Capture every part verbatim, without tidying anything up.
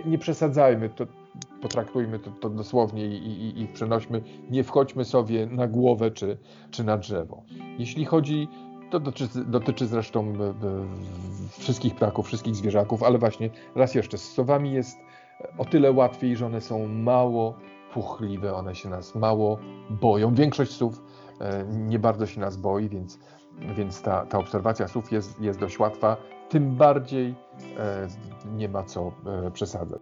nie przesadzajmy, to potraktujmy to, to dosłownie i, i, i przenośmy, nie wchodźmy sobie na głowę czy, czy na drzewo. Jeśli chodzi, to dotyczy, dotyczy zresztą b, b, wszystkich ptaków, wszystkich zwierzaków, ale właśnie raz jeszcze z sowami jest o tyle łatwiej, że one są mało puchliwe, one się nas mało boją. Większość sów e, nie bardzo się nas boi, więc, więc ta, ta obserwacja sów jest, jest dość łatwa, tym bardziej e, nie ma co e, przesadzać.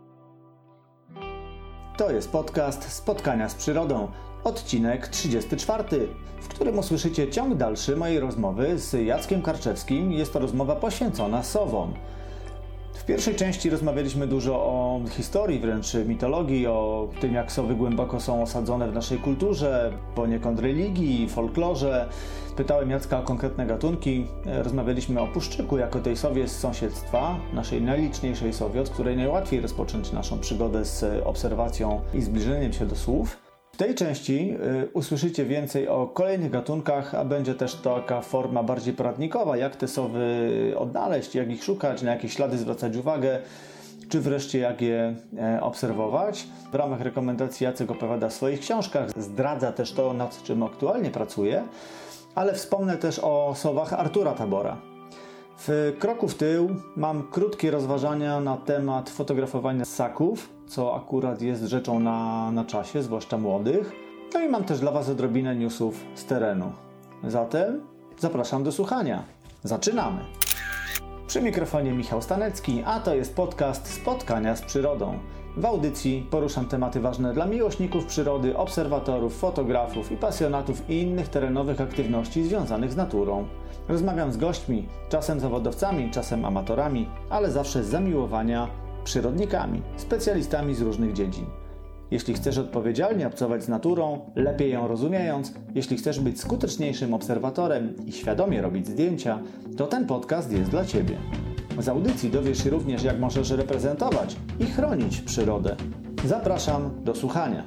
To jest podcast Spotkania z Przyrodą, odcinek trzydziesty czwarty, w którym usłyszycie ciąg dalszy mojej rozmowy z Jackiem Karczewskim. Jest to rozmowa poświęcona sowom. W pierwszej części rozmawialiśmy dużo o historii, wręcz mitologii, o tym, jak sowy głęboko są osadzone w naszej kulturze, poniekąd religii, folklorze. Pytałem Jacka o konkretne gatunki. Rozmawialiśmy o puszczyku jako tej sowie z sąsiedztwa, naszej najliczniejszej sowie, od której najłatwiej rozpocząć naszą przygodę z obserwacją i zbliżeniem się do słów. W tej części y, usłyszycie więcej o kolejnych gatunkach, a będzie też taka forma bardziej poradnikowa, jak te sowy odnaleźć, jak ich szukać, na jakie ślady zwracać uwagę, czy wreszcie jak je e, obserwować. W ramach rekomendacji Jacek opowiada w swoich książkach, zdradza też to, nad czym aktualnie pracuje, ale wspomnę też o sowach Artura Tabora. W kroku w tył mam krótkie rozważania na temat fotografowania ssaków, co akurat jest rzeczą na, na czasie, zwłaszcza młodych. No i mam też dla Was odrobinę newsów z terenu. Zatem zapraszam do słuchania. Zaczynamy! Przy mikrofonie Michał Stanecki, a to jest podcast Spotkania z Przyrodą. W audycji poruszam tematy ważne dla miłośników przyrody, obserwatorów, fotografów i pasjonatów innych terenowych aktywności związanych z naturą. Rozmawiam z gośćmi, czasem zawodowcami, czasem amatorami, ale zawsze z zamiłowania przyrodnikami, specjalistami z różnych dziedzin. Jeśli chcesz odpowiedzialnie obcować z naturą, lepiej ją rozumiejąc, jeśli chcesz być skuteczniejszym obserwatorem i świadomie robić zdjęcia, to ten podcast jest dla Ciebie. Z audycji dowiesz się również, jak możesz reprezentować i chronić przyrodę. Zapraszam do słuchania.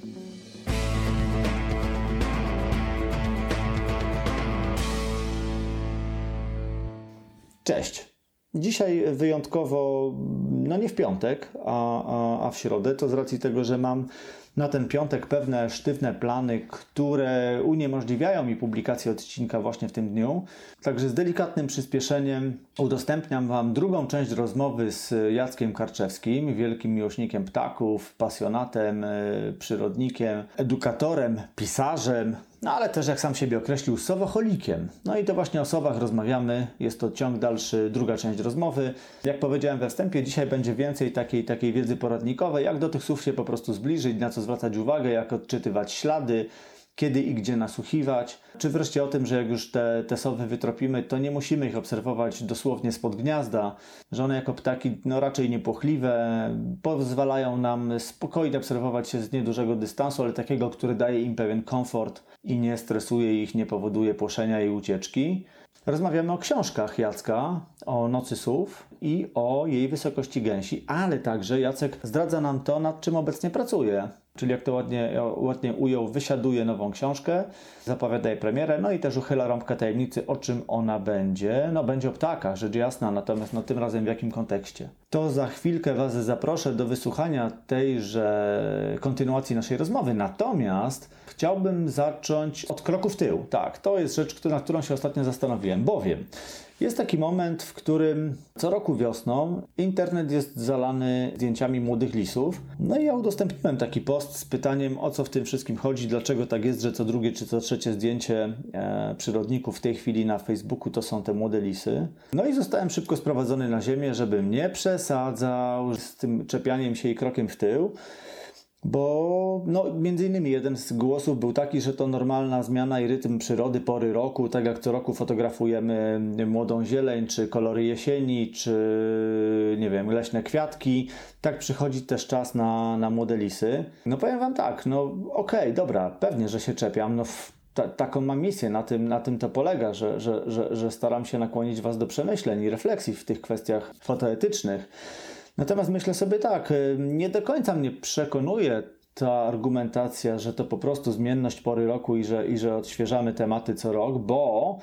Cześć. Dzisiaj wyjątkowo, no nie w piątek, a, a, a w środę, to z racji tego, że mam na ten piątek pewne sztywne plany, które uniemożliwiają mi publikację odcinka właśnie w tym dniu. Także z delikatnym przyspieszeniem udostępniam Wam drugą część rozmowy z Jackiem Karczewskim, wielkim miłośnikiem ptaków, pasjonatem, przyrodnikiem, edukatorem, pisarzem, no ale też, jak sam siebie określił, sowoholikiem. No i to właśnie o sowach rozmawiamy. Jest to ciąg dalszy, druga część rozmowy. Jak powiedziałem we wstępie, dzisiaj będzie więcej takiej, takiej wiedzy poradnikowej, jak do tych słów się po prostu zbliżyć, na co zwracać uwagę, jak odczytywać ślady, kiedy i gdzie nasłuchiwać, czy wreszcie o tym, że jak już te, te sowy wytropimy, to nie musimy ich obserwować dosłownie spod gniazda, że one jako ptaki no raczej niepłochliwe, pozwalają nam spokojnie obserwować się z niedużego dystansu, ale takiego, który daje im pewien komfort i nie stresuje ich, nie powoduje płoszenia i ucieczki. Rozmawiamy o książkach Jacka, o Nocy Sów i o jej wysokości gęsi, ale także Jacek zdradza nam to, nad czym obecnie pracuje. Czyli jak to ładnie, ładnie ujął, wysiaduje nową książkę, zapowiada jej premierę, no i też uchyla rąbkę tajemnicy, o czym ona będzie. No będzie o ptakach, rzecz jasna, natomiast no tym razem w jakim kontekście. To za chwilkę Was zaproszę do wysłuchania tejże kontynuacji naszej rozmowy. Natomiast chciałbym zacząć od kroku w tył. Tak, to jest rzecz, nad którą się ostatnio zastanowiłem, bowiem jest taki moment, w którym co roku wiosną internet jest zalany zdjęciami młodych lisów. No i ja udostępniłem taki post z pytaniem, o co w tym wszystkim chodzi, dlaczego tak jest, że co drugie czy co trzecie zdjęcie e, przyrodników w tej chwili na Facebooku to są te młode lisy. No i zostałem szybko sprowadzony na ziemię, żebym nie przesadzał z tym czepianiem się i krokiem w tył. Bo no, między innymi jeden z głosów był taki, że to normalna zmiana i rytm przyrody, pory roku, tak jak co roku fotografujemy młodą zieleń, czy kolory jesieni, czy nie wiem, leśne kwiatki, tak przychodzi też czas na, na młode lisy. No powiem Wam tak, no okej, okay, dobra, pewnie, że się czepiam, no ta, taką mam misję, na tym, na tym to polega, że, że, że, że staram się nakłonić Was do przemyśleń i refleksji w tych kwestiach fotoetycznych. Natomiast myślę sobie tak, nie do końca mnie przekonuje ta argumentacja, że to po prostu zmienność pory roku i że, i że odświeżamy tematy co rok, bo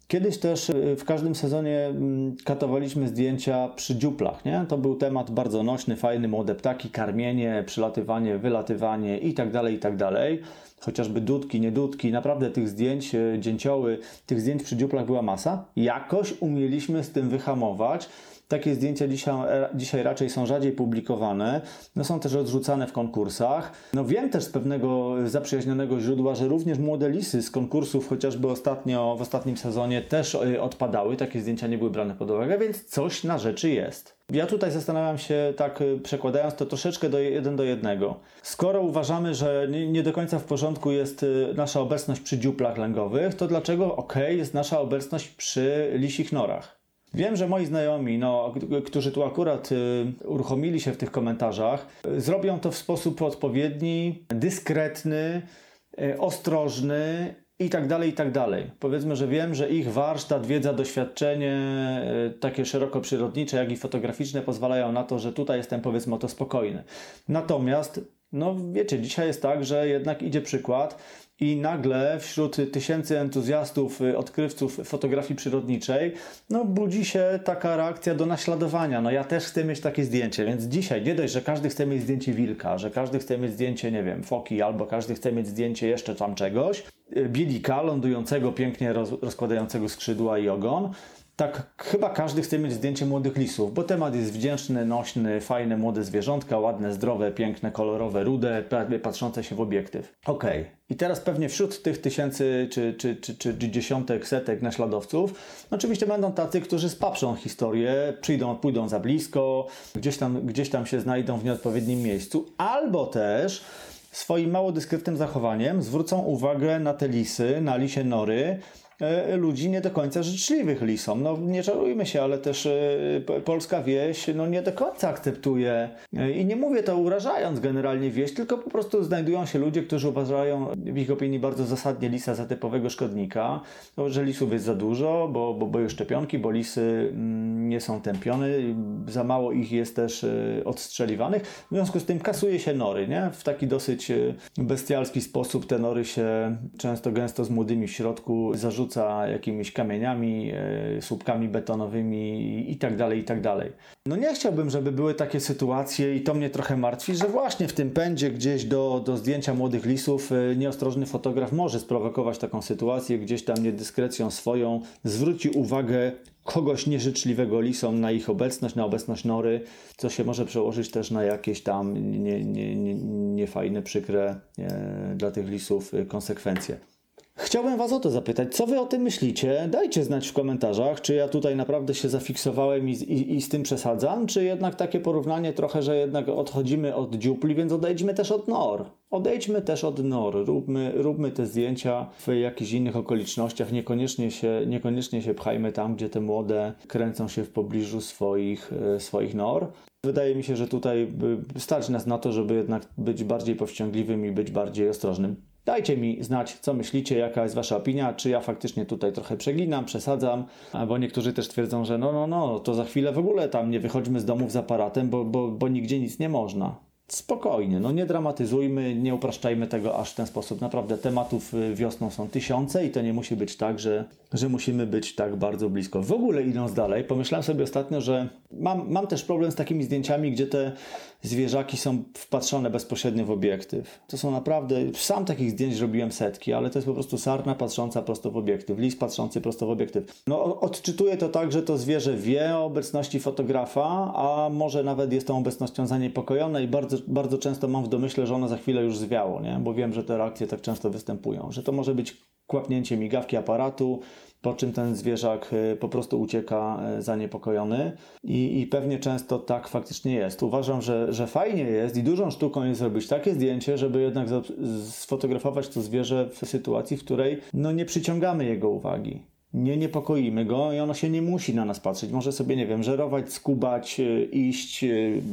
Kiedyś też w każdym sezonie katowaliśmy zdjęcia przy dziuplach, nie? To był temat bardzo nośny, fajny, młode ptaki, karmienie, przylatywanie, wylatywanie i tak dalej, i tak dalej. Chociażby dudki, niedudki, naprawdę tych zdjęć, dzięcioły, tych zdjęć przy dziuplach była masa. Jakoś umieliśmy z tym wyhamować. Takie zdjęcia dzisiaj, dzisiaj raczej są rzadziej publikowane, no są też odrzucane w konkursach. No wiem też z pewnego zaprzyjaźnionego źródła, że również młode lisy z konkursów, chociażby ostatnio, w ostatnim sezonie też odpadały, takie zdjęcia nie były brane pod uwagę, więc coś na rzeczy jest. Ja tutaj zastanawiam się, tak przekładając to troszeczkę do jeden do jednego. Skoro uważamy, że nie do końca w porządku jest nasza obecność przy dziuplach lęgowych, to dlaczego ok jest nasza obecność przy lisich norach? Wiem, że moi znajomi, no, którzy tu akurat y, uruchomili się w tych komentarzach, y, zrobią to w sposób odpowiedni, dyskretny, y, ostrożny i tak dalej, i tak dalej. Powiedzmy, że wiem, że ich warsztat, wiedza, doświadczenie, y, takie szeroko przyrodnicze, jak i fotograficzne pozwalają na to, że tutaj jestem, powiedzmy, o to spokojny. Natomiast, no wiecie, dzisiaj jest tak, że jednak idzie przykład i nagle wśród tysięcy entuzjastów, odkrywców fotografii przyrodniczej, no budzi się taka reakcja do naśladowania. No ja też chcę mieć takie zdjęcie, więc dzisiaj nie dość, że każdy chce mieć zdjęcie wilka, że każdy chce mieć zdjęcie, nie wiem, foki, albo każdy chce mieć zdjęcie jeszcze tam czegoś, bielika lądującego, pięknie roz, rozkładającego skrzydła i ogon. Tak, chyba każdy chce mieć zdjęcie młodych lisów, bo temat jest wdzięczny, nośny, fajne, młode zwierzątka, ładne, zdrowe, piękne, kolorowe, rude, patrzące się w obiektyw. Okej. Okay. I teraz pewnie wśród tych tysięcy czy, czy, czy, czy, czy dziesiątek, setek naśladowców, no oczywiście będą tacy, którzy spaprzą historię, przyjdą, pójdą za blisko, gdzieś tam, gdzieś tam się znajdą w nieodpowiednim miejscu, albo też swoim mało dyskretnym zachowaniem zwrócą uwagę na te lisy, na lisie nory, ludzi nie do końca życzliwych lisom. No nie czarujmy się, ale też y, polska wieś no, nie do końca akceptuje y, i nie mówię to urażając generalnie wieś, tylko po prostu znajdują się ludzie, którzy uważają w ich opinii bardzo zasadnie lisa za typowego szkodnika, no, że lisów jest za dużo, bo, bo boją szczepionki, bo lisy mm, nie są tępione, za mało ich jest też y, odstrzeliwanych. W związku z tym kasuje się nory, nie? W taki dosyć y, bestialski sposób te nory się często gęsto z młodymi w środku zarzuca jakimiś kamieniami, e, słupkami betonowymi i tak dalej, i tak dalej. No nie chciałbym, żeby były takie sytuacje i to mnie trochę martwi, że właśnie w tym pędzie gdzieś do, do zdjęcia młodych lisów e, nieostrożny fotograf może sprowokować taką sytuację, gdzieś tam niedyskrecją swoją zwróci uwagę kogoś nieżyczliwego lisom na ich obecność, na obecność nory, co się może przełożyć też na jakieś tam niefajne, nie, nie, nie przykre e, dla tych lisów konsekwencje. Chciałbym Was o to zapytać, co Wy o tym myślicie? Dajcie znać w komentarzach, czy ja tutaj naprawdę się zafiksowałem i, i, i z tym przesadzam, czy jednak takie porównanie trochę, że jednak odchodzimy od dziupli, więc odejdźmy też od nor. Odejdźmy też od nor, róbmy, róbmy te zdjęcia w jakichś innych okolicznościach, niekoniecznie się, niekoniecznie się pchajmy tam, gdzie te młode kręcą się w pobliżu swoich, swoich nor. Wydaje mi się, że tutaj stać nas na to, żeby jednak być bardziej powściągliwym i być bardziej ostrożnym. Dajcie mi znać, co myślicie, jaka jest Wasza opinia, czy ja faktycznie tutaj trochę przeginam, przesadzam, bo niektórzy też twierdzą, że no, no, no, to za chwilę w ogóle tam nie wychodźmy z domów z aparatem, bo, bo, bo nigdzie nic nie można. Spokojnie, no nie dramatyzujmy, nie upraszczajmy tego aż w ten sposób. Naprawdę tematów wiosną są tysiące i to nie musi być tak, że, że musimy być tak bardzo blisko. W ogóle idąc dalej, pomyślałem sobie ostatnio, że mam, mam też problem z takimi zdjęciami, gdzie te zwierzaki są wpatrzone bezpośrednio w obiektyw. To są naprawdę, sam takich zdjęć robiłem setki, ale to jest po prostu sarna patrząca prosto w obiektyw, lis patrzący prosto w obiektyw. No odczytuję to tak, że to zwierzę wie o obecności fotografa, a może nawet jest tą obecnością zaniepokojone i bardzo, bardzo często mam w domyśle, że ono za chwilę już zwiało, nie? Bo wiem, że te reakcje tak często występują, że to może być kłapnięcie migawki aparatu, po czym ten zwierzak po prostu ucieka zaniepokojony i, i pewnie często tak faktycznie jest. Uważam, że, że fajnie jest i dużą sztuką jest zrobić takie zdjęcie, żeby jednak sfotografować to zwierzę w sytuacji, w której no, nie przyciągamy jego uwagi. Nie niepokoimy go i ono się nie musi na nas patrzeć. Może sobie, nie wiem, żerować, skubać, iść,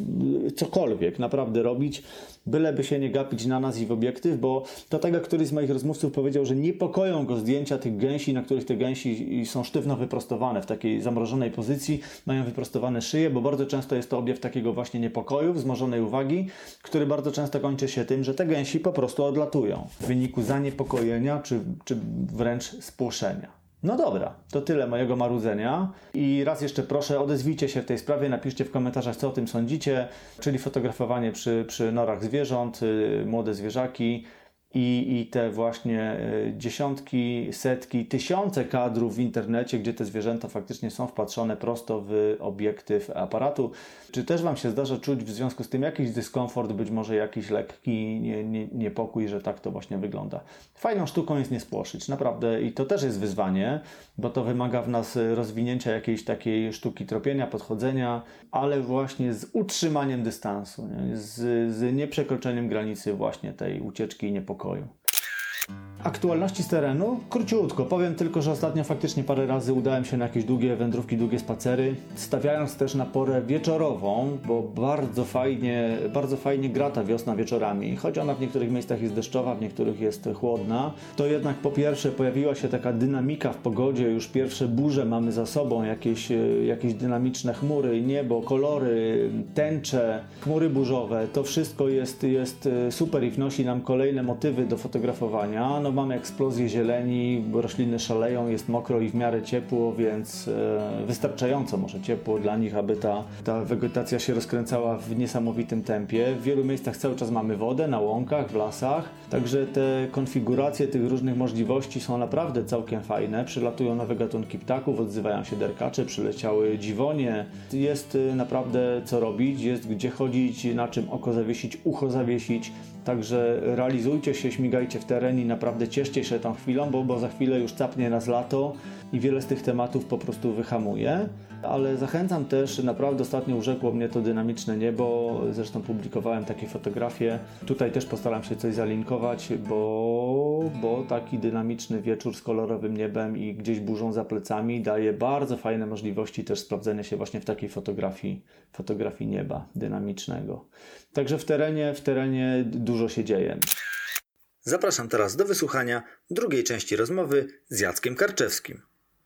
cokolwiek naprawdę robić, byleby się nie gapić na nas i w obiektyw, bo to tak jak któryś z moich rozmówców powiedział, że niepokoją go zdjęcia tych gęsi, na których te gęsi są sztywno wyprostowane w takiej zamrożonej pozycji, mają wyprostowane szyje, bo bardzo często jest to objaw takiego właśnie niepokoju, wzmożonej uwagi, który bardzo często kończy się tym, że te gęsi po prostu odlatują w wyniku zaniepokojenia czy, czy wręcz spłoszenia. No dobra, to tyle mojego marudzenia i raz jeszcze proszę, odezwijcie się w tej sprawie, napiszcie w komentarzach, co o tym sądzicie, czyli fotografowanie przy, przy norach zwierząt, yy, młode zwierzaki i, i te właśnie yy, dziesiątki, setki, tysiące kadrów w internecie, gdzie te zwierzęta faktycznie są wpatrzone prosto w obiektyw aparatu. Czy też Wam się zdarza czuć w związku z tym jakiś dyskomfort, być może jakiś lekki nie, nie, niepokój, że tak to właśnie wygląda? Fajną sztuką jest nie spłoszyć, naprawdę, i to też jest wyzwanie, bo to wymaga w nas rozwinięcia jakiejś takiej sztuki tropienia, podchodzenia, ale właśnie z utrzymaniem dystansu, nie? Z, z nieprzekroczeniem granicy właśnie tej ucieczki i niepokoju. Aktualności z terenu? Króciutko, powiem tylko, że ostatnio faktycznie parę razy udałem się na jakieś długie wędrówki, długie spacery, stawiając też na porę wieczorową, bo bardzo fajnie, bardzo fajnie gra ta wiosna wieczorami. Choć ona w niektórych miejscach jest deszczowa, w niektórych jest chłodna, to jednak po pierwsze pojawiła się taka dynamika w pogodzie, już pierwsze burze mamy za sobą, jakieś, jakieś dynamiczne chmury, niebo, kolory, tęcze, chmury burzowe, to wszystko jest, jest super i wnosi nam kolejne motywy do fotografowania. No, mamy eksplozję zieleni, rośliny szaleją, jest mokro i w miarę ciepło, więc e, wystarczająco może ciepło dla nich, aby ta, ta wegetacja się rozkręcała w niesamowitym tempie. W wielu miejscach cały czas mamy wodę, na łąkach, w lasach, także te konfiguracje tych różnych możliwości są naprawdę całkiem fajne. Przylatują nowe gatunki ptaków, odzywają się derkacze, przyleciały dziwonie. Jest naprawdę co robić, jest gdzie chodzić, na czym oko zawiesić, ucho zawiesić. Także realizujcie się, śmigajcie w teren i naprawdę cieszcie się tą chwilą, bo, bo za chwilę już capnie nas lato i wiele z tych tematów po prostu wyhamuje. Ale zachęcam też, naprawdę ostatnio urzekło mnie to dynamiczne niebo, zresztą publikowałem takie fotografie. Tutaj też postaram się coś zalinkować, bo, bo taki dynamiczny wieczór z kolorowym niebem i gdzieś burzą za plecami daje bardzo fajne możliwości też sprawdzenia się właśnie w takiej fotografii, fotografii nieba dynamicznego. Także w terenie, w terenie dużo się dzieje. Zapraszam teraz do wysłuchania drugiej części rozmowy z Jackiem Karczewskim.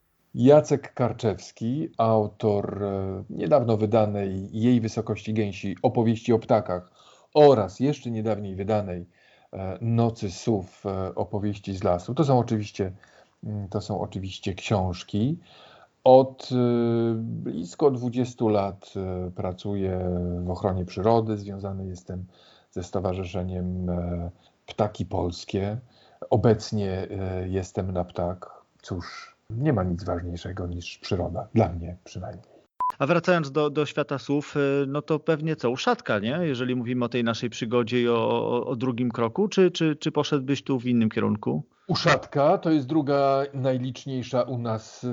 Jacek Karczewski, autor niedawno wydanej Jej Wysokości Gęsi opowieści o ptakach oraz jeszcze niedawniej wydanej Nocy Sów opowieści z lasu. To są oczywiście, to są oczywiście książki. Od blisko dwudziestu lat pracuję w ochronie przyrody. Związany jestem ze Stowarzyszeniem Ptaki Polskie. Obecnie jestem na ptak. Cóż, nie ma nic ważniejszego niż przyroda, dla mnie przynajmniej. A wracając do, do świata słów, no to pewnie co, uszatka, nie? Jeżeli mówimy o tej naszej przygodzie i o, o, o drugim kroku, czy, czy, czy poszedłbyś tu w innym kierunku? Uszatka to jest druga najliczniejsza u nas,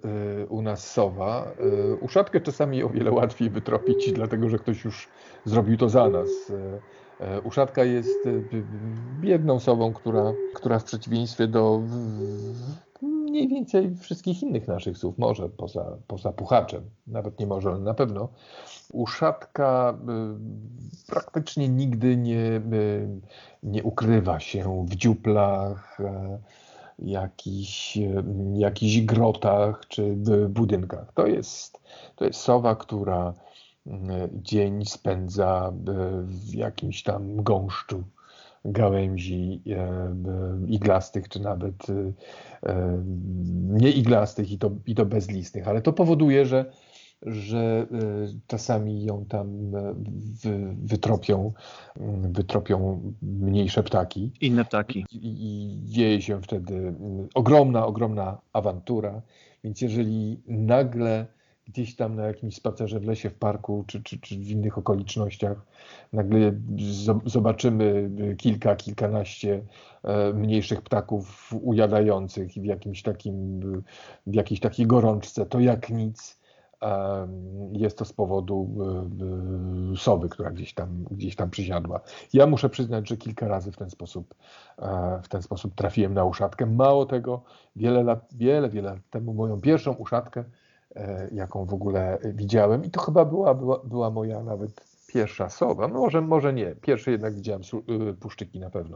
u nas sowa. Uszatkę czasami o wiele łatwiej wytropić, dlatego że ktoś już zrobił to za nas. Uszatka jest biedną sową, która, która w przeciwieństwie do mniej więcej wszystkich innych naszych słów, może poza, poza puchaczem, nawet nie może, ale na pewno, uszatka y, praktycznie nigdy nie, y, nie ukrywa się w dziuplach, y, jakichś, y, jakichś grotach czy y, budynkach. To jest, to jest sowa, która y, dzień spędza y, w jakimś tam gąszczu gałęzi e, e, iglastych, czy nawet e, e, nieiglastych i to, i to bezlistnych, ale to powoduje, że, że e, czasami ją tam wy, wytropią, wytropią mniejsze ptaki. Inne ptaki. I, I dzieje się wtedy ogromna, ogromna awantura, więc jeżeli nagle gdzieś tam na jakimś spacerze w lesie, w parku, czy, czy, czy w innych okolicznościach nagle zobaczymy kilka, kilkanaście mniejszych ptaków ujadających w jakimś takim, w jakiejś takiej gorączce, to jak nic jest to z powodu sowy, która gdzieś tam, gdzieś tam przysiadła. Ja muszę przyznać, że kilka razy w ten sposób, w ten sposób trafiłem na uszatkę. Mało tego, wiele lat, wiele, wiele lat temu moją pierwszą uszatkę, jaką w ogóle widziałem, i to chyba była, była, była moja nawet pierwsza sowa, no może, może nie, pierwsze jednak widziałem puszczyki na pewno,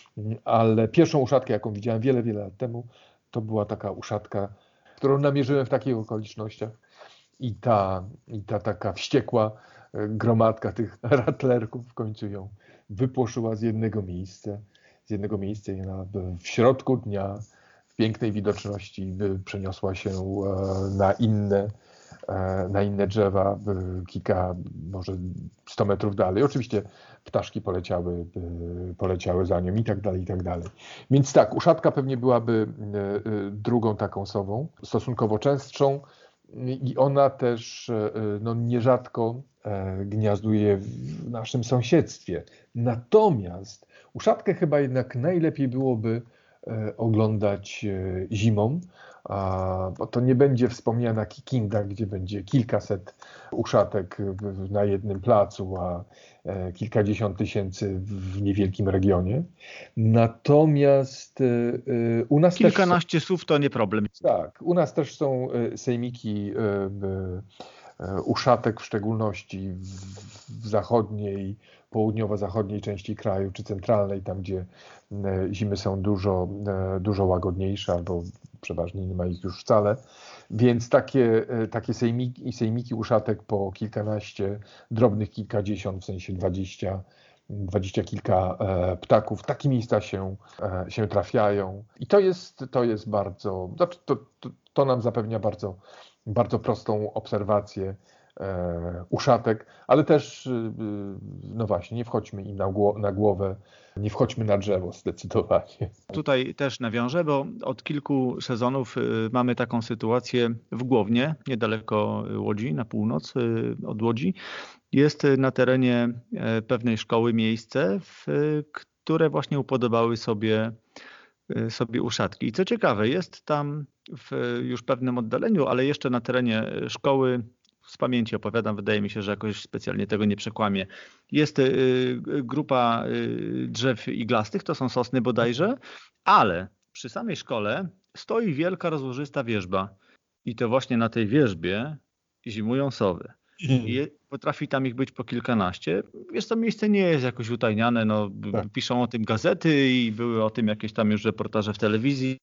ale pierwszą uszatkę, jaką widziałem wiele, wiele lat temu, to była taka uszatka, którą namierzyłem w takich okolicznościach i ta, i ta taka wściekła gromadka tych ratlerków w końcu ją wypłoszyła z jednego miejsca, z jednego miejsca i ona w środku dnia pięknej widoczności przeniosła się na inne, na inne drzewa, kilka, może sto metrów dalej. Oczywiście ptaszki poleciały, poleciały za nią i tak dalej, i tak dalej. Więc tak, uszatka pewnie byłaby drugą taką sową, stosunkowo częstszą i ona też no, nierzadko gniazduje w naszym sąsiedztwie. Natomiast uszatkę chyba jednak najlepiej byłoby oglądać zimą, bo to nie będzie wspomniana kikinda, gdzie będzie kilkaset uszatek na jednym placu, a kilkadziesiąt tysięcy w niewielkim regionie. Natomiast u nas Kilkanaście też... słów to nie problem. Tak, u nas też są sejmiki uszatek, w szczególności w zachodniej, południowo-zachodniej części kraju, czy centralnej, tam gdzie zimy są dużo, dużo łagodniejsze, albo przeważnie nie ma ich już wcale. Więc takie, takie sejmiki, sejmiki uszatek po kilkanaście, drobnych kilkadziesiąt, w sensie dwadzieścia, dwadzieścia kilka ptaków, takie miejsca się, się trafiają. I to jest, to jest bardzo, to, to, to nam zapewnia bardzo, bardzo prostą obserwację uszatek, ale też, no właśnie, nie wchodźmy im na, gło- na głowę, nie wchodźmy na drzewo zdecydowanie. Tutaj też nawiążę, bo od kilku sezonów mamy taką sytuację w Głownie, niedaleko Łodzi, na północ od Łodzi. Jest na terenie pewnej szkoły miejsce, w które właśnie upodobały sobie, sobie uszatki. I co ciekawe, jest tam w już pewnym oddaleniu, ale jeszcze na terenie szkoły, z pamięci opowiadam, wydaje mi się, że jakoś specjalnie tego nie przekłamię. Jest grupa drzew iglastych, to są sosny bodajże, ale przy samej szkole stoi wielka, rozłożysta wierzba. I to właśnie na tej wierzbie zimują sowy. I potrafi tam ich być po kilkanaście. Wiesz, to miejsce nie jest jakoś utajniane. No, tak. Piszą o tym gazety i były o tym jakieś tam już reportaże w telewizji.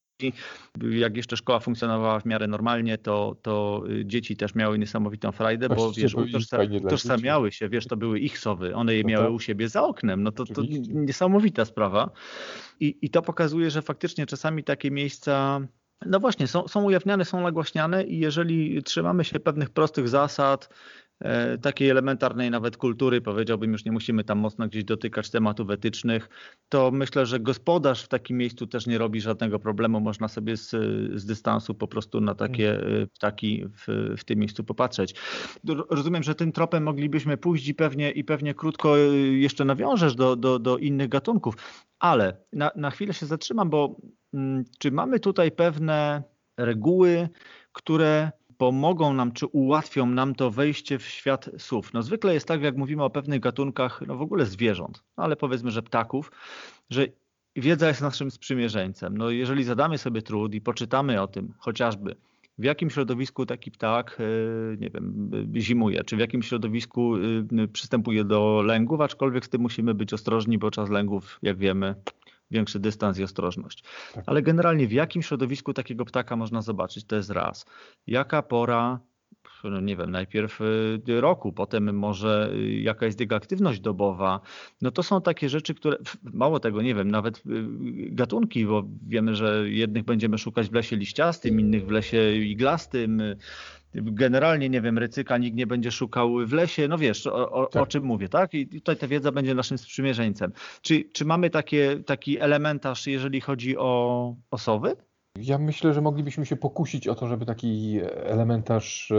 Jak jeszcze szkoła funkcjonowała w miarę normalnie, to, to dzieci też miały niesamowitą frajdę, bo wiesz, utożsamiały się, wiesz, to były ich sowy, one je no miały tak. u siebie za oknem, no to, to niesamowita sprawa. I, I to pokazuje, że faktycznie czasami takie miejsca, no właśnie, są, są ujawniane, są nagłaśniane i jeżeli trzymamy się pewnych prostych zasad, takiej elementarnej nawet kultury, powiedziałbym, już nie musimy tam mocno gdzieś dotykać tematów etycznych, to myślę, że gospodarz w takim miejscu też nie robi żadnego problemu. Można sobie z, z dystansu po prostu na takie ptaki w, w tym miejscu popatrzeć. Rozumiem, że tym tropem moglibyśmy pójść i pewnie, i pewnie krótko jeszcze nawiążesz do, do, do innych gatunków, ale na, na chwilę się zatrzymam, bo m, czy mamy tutaj pewne reguły, które pomogą nam, czy ułatwią nam to wejście w świat słów. No zwykle jest tak, jak mówimy o pewnych gatunkach, no w ogóle zwierząt, no ale powiedzmy, że ptaków, że wiedza jest naszym sprzymierzeńcem. No jeżeli zadamy sobie trud i poczytamy o tym chociażby, w jakim środowisku taki ptak, nie wiem, zimuje, czy w jakim środowisku przystępuje do lęgów, aczkolwiek z tym musimy być ostrożni, bo czas lęgów, jak wiemy, większy dystans i ostrożność. Tak. Ale generalnie w jakim środowisku takiego ptaka można zobaczyć, to jest raz. Jaka pora, no nie wiem, najpierw roku, potem może jaka jest jego aktywność dobowa. No to są takie rzeczy, które, mało tego, nie wiem, nawet gatunki, bo wiemy, że jednych będziemy szukać w lesie liściastym, innych w lesie iglastym. Generalnie, nie wiem, rycyka nikt nie będzie szukał w lesie, no wiesz, o, o, tak. o czym mówię, tak? I tutaj ta wiedza będzie naszym sprzymierzeńcem. Czy, czy mamy takie, taki elementarz, jeżeli chodzi o, o sowy? Ja myślę, że moglibyśmy się pokusić o to, żeby taki elementarz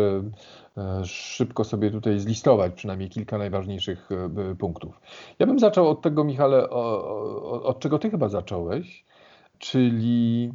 szybko sobie tutaj zlistować, przynajmniej kilka najważniejszych punktów. Ja bym zaczął od tego, Michale, od czego ty chyba zacząłeś, czyli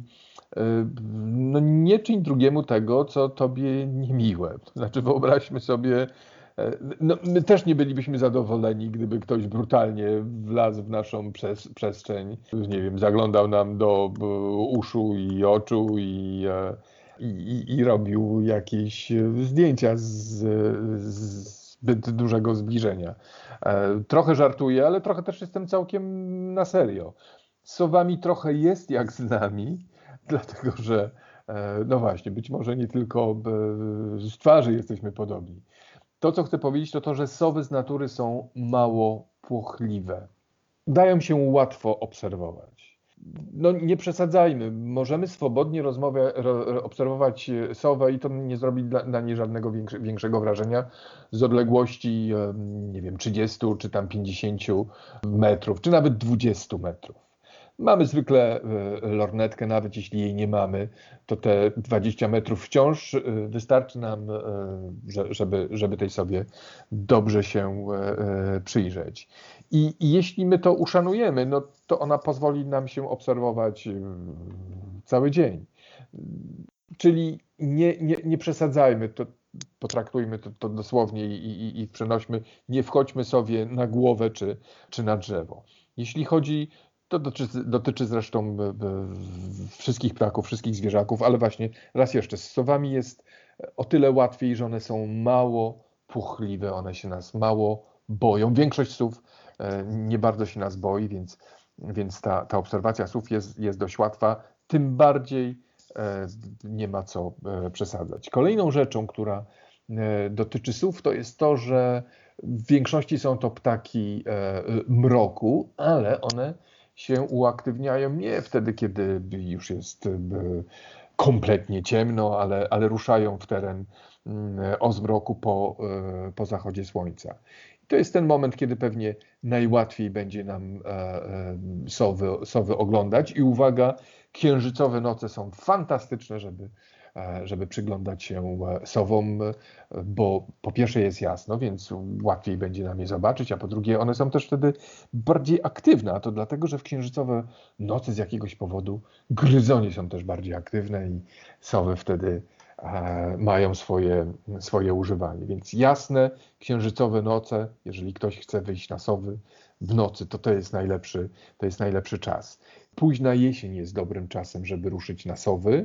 no nie czyń drugiemu tego, co tobie niemiłe. Znaczy wyobraźmy sobie, no my też nie bylibyśmy zadowoleni, gdyby ktoś brutalnie wlazł w naszą przes- przestrzeń, nie wiem, zaglądał nam do uszu i oczu i, i, i robił jakieś zdjęcia z, z zbyt dużego zbliżenia. Trochę żartuję, ale trochę też jestem całkiem na serio. Z sowami trochę jest jak z nami, dlatego że, no właśnie, być może nie tylko z twarzy jesteśmy podobni. To, co chcę powiedzieć, to to, że sowy z natury są mało płochliwe. Dają się łatwo obserwować. no nie przesadzajmy. Możemy swobodnie rozmowę, ro, obserwować sowę i to nie zrobi dla, dla niej żadnego większe, większego wrażenia z odległości, nie wiem, trzydziestu czy tam pięćdziesięciu metrów, czy nawet dwudziestu metrów. Mamy zwykle lornetkę, nawet jeśli jej nie mamy, to te dwadzieścia metrów wciąż wystarczy nam, żeby, żeby tej sobie dobrze się przyjrzeć. I, I jeśli my to uszanujemy, no to ona pozwoli nam się obserwować cały dzień. Czyli nie, nie, nie przesadzajmy, to potraktujmy to, to dosłownie i, i, i przenośmy, nie wchodźmy sobie na głowę czy, czy na drzewo. Jeśli chodzi, to dotyczy, dotyczy zresztą wszystkich ptaków, wszystkich zwierzaków, ale właśnie raz jeszcze, z sowami jest o tyle łatwiej, że one są mało puchliwe, one się nas mało boją. Większość sów nie bardzo się nas boi, więc, więc ta, ta obserwacja sów jest, jest dość łatwa, tym bardziej nie ma co przesadzać. Kolejną rzeczą, która dotyczy sów, to jest to, że w większości są to ptaki mroku, ale one się uaktywniają nie wtedy, kiedy już jest kompletnie ciemno, ale, ale ruszają w teren o zmroku po, po zachodzie słońca. I to jest ten moment, kiedy pewnie najłatwiej będzie nam sowy, sowy oglądać. I uwaga, księżycowe noce są fantastyczne, żeby, żeby przyglądać się sowom, bo po pierwsze jest jasno, więc łatwiej będzie nam je zobaczyć, a po drugie one są też wtedy bardziej aktywne, a to dlatego, że w księżycowe noce z jakiegoś powodu gryzonie są też bardziej aktywne i sowy wtedy mają swoje, swoje używanie. Więc jasne, księżycowe noce, jeżeli ktoś chce wyjść na sowy w nocy, to to jest najlepszy, to jest najlepszy czas. Późna jesień jest dobrym czasem, żeby ruszyć na sowy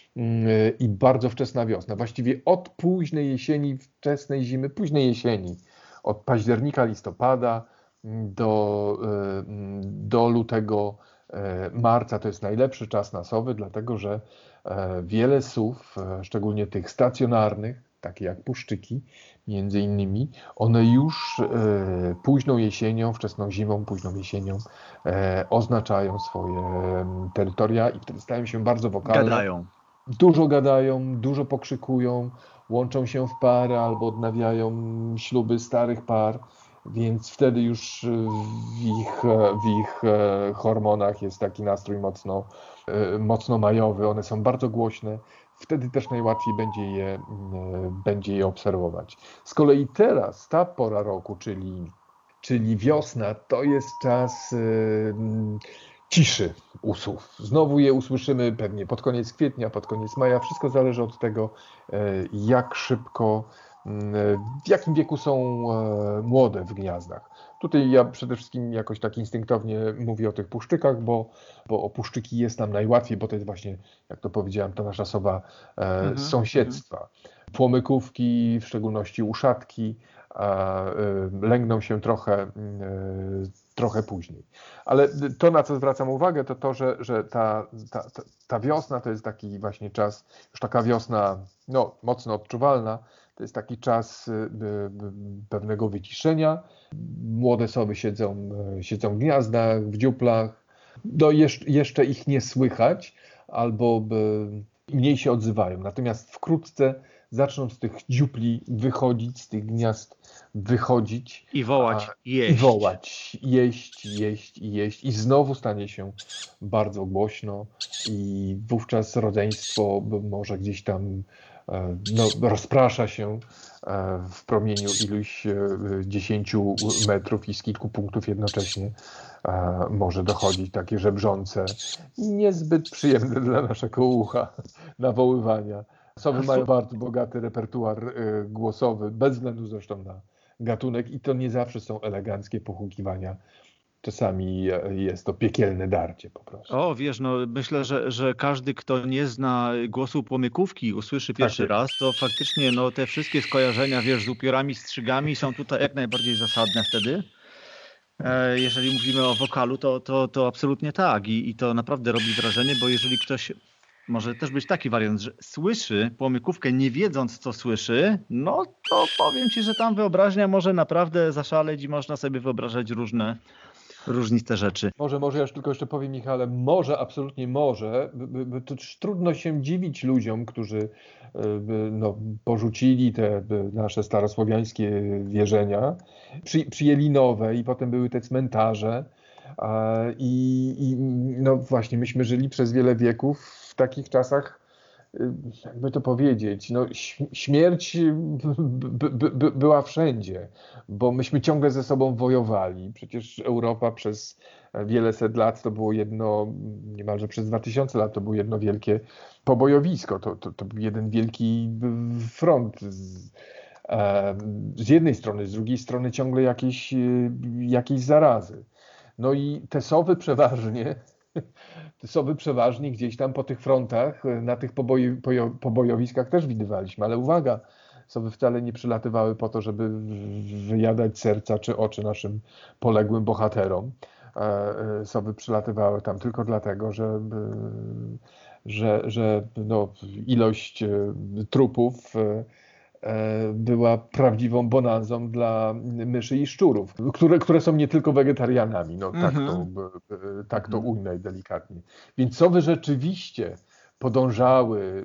i bardzo wczesna wiosna. Właściwie od późnej jesieni, wczesnej zimy, późnej jesieni, od października, listopada do, do lutego, marca to jest najlepszy czas na sowy, dlatego że wiele sów, szczególnie tych stacjonarnych, takie jak puszczyki, między innymi, one już późną jesienią, wczesną zimą, późną jesienią oznaczają swoje terytoria i wtedy stają się bardzo wokalne. Gadają. Dużo gadają, dużo pokrzykują, łączą się w pary albo odnawiają śluby starych par, więc wtedy już w ich, w ich hormonach jest taki nastrój mocno, mocno majowy, one są bardzo głośne, wtedy też najłatwiej będzie je, będzie je obserwować. Z kolei teraz, ta pora roku, czyli, czyli wiosna, to jest czas ciszy u sów. Znowu je usłyszymy pewnie pod koniec kwietnia, pod koniec maja. Wszystko zależy od tego, jak szybko, w jakim wieku są młode w gniazdach. Tutaj ja przede wszystkim jakoś tak instynktownie mówię o tych puszczykach, bo, bo o puszczyki jest nam najłatwiej, bo to jest właśnie, jak to powiedziałem, ta nasza sowa mhm, z sąsiedztwa. Płomykówki, w szczególności uszatki, lęgną się trochę, trochę później. Ale to, na co zwracam uwagę, to to, że, że ta, ta, ta wiosna to jest taki właśnie czas, już taka wiosna no, mocno odczuwalna, to jest taki czas pewnego wyciszenia. Młode sowy siedzą, siedzą w gniazdach, w dziuplach. No jeszcze ich nie słychać albo mniej się odzywają. Natomiast wkrótce zaczną z tych dziupli wychodzić, z tych gniazd wychodzić. I wołać, a, jeść. I wołać, jeść, jeść i jeść. I znowu stanie się bardzo głośno i wówczas rodzeństwo może gdzieś tam no, rozprasza się w promieniu iluś dziesięciu metrów i z kilku punktów jednocześnie może dochodzić takie żebrzące, niezbyt przyjemne dla naszego ucha nawoływania. Sowy mają bardzo bogaty repertuar głosowy, bez względu zresztą na gatunek i to nie zawsze są eleganckie pochukiwania. Czasami jest to piekielne darcie po prostu. O, wiesz, no myślę, że, że każdy, kto nie zna głosu płomykówki, usłyszy pierwszy tak, raz, to faktycznie no, te wszystkie skojarzenia, wiesz, z upiorami, strzygami są tutaj jak najbardziej zasadne wtedy. E, jeżeli mówimy o wokalu, to, to, to absolutnie tak I, i to naprawdę robi wrażenie, bo jeżeli ktoś, może też być taki wariant, że słyszy płomykówkę nie wiedząc, co słyszy, no to powiem ci, że tam wyobraźnia może naprawdę zaszaleć i można sobie wyobrażać różne różnice rzeczy. Może, może ja już tylko jeszcze powiem, Michale, może, absolutnie może, to trudno się dziwić ludziom, którzy no, porzucili te nasze starosłowiańskie wierzenia, przy, przyjęli nowe i potem były te cmentarze i, i no właśnie myśmy żyli przez wiele wieków w takich czasach, jakby to powiedzieć, no, śmierć by, by, by była wszędzie, bo myśmy ciągle ze sobą wojowali. Przecież Europa przez wiele set lat to było jedno, niemalże przez dwa tysiące lat to było jedno wielkie pobojowisko. To, to, to był jeden wielki front. Z, z jednej strony, z drugiej strony ciągle jakieś, jakieś zarazy. No i te sowy przeważnie Te sowy przeważnie gdzieś tam po tych frontach, na tych poboi, pobojowiskach też widywaliśmy, ale uwaga, sowy wcale nie przylatywały po to, żeby wyjadać serca czy oczy naszym poległym bohaterom. Sowy przylatywały tam tylko dlatego, że, że, że no, ilość trupów była prawdziwą bonanzą dla myszy i szczurów, które, które są nie tylko wegetarianami, no tak to, tak to ujmę delikatnie. Więc sowy rzeczywiście podążały,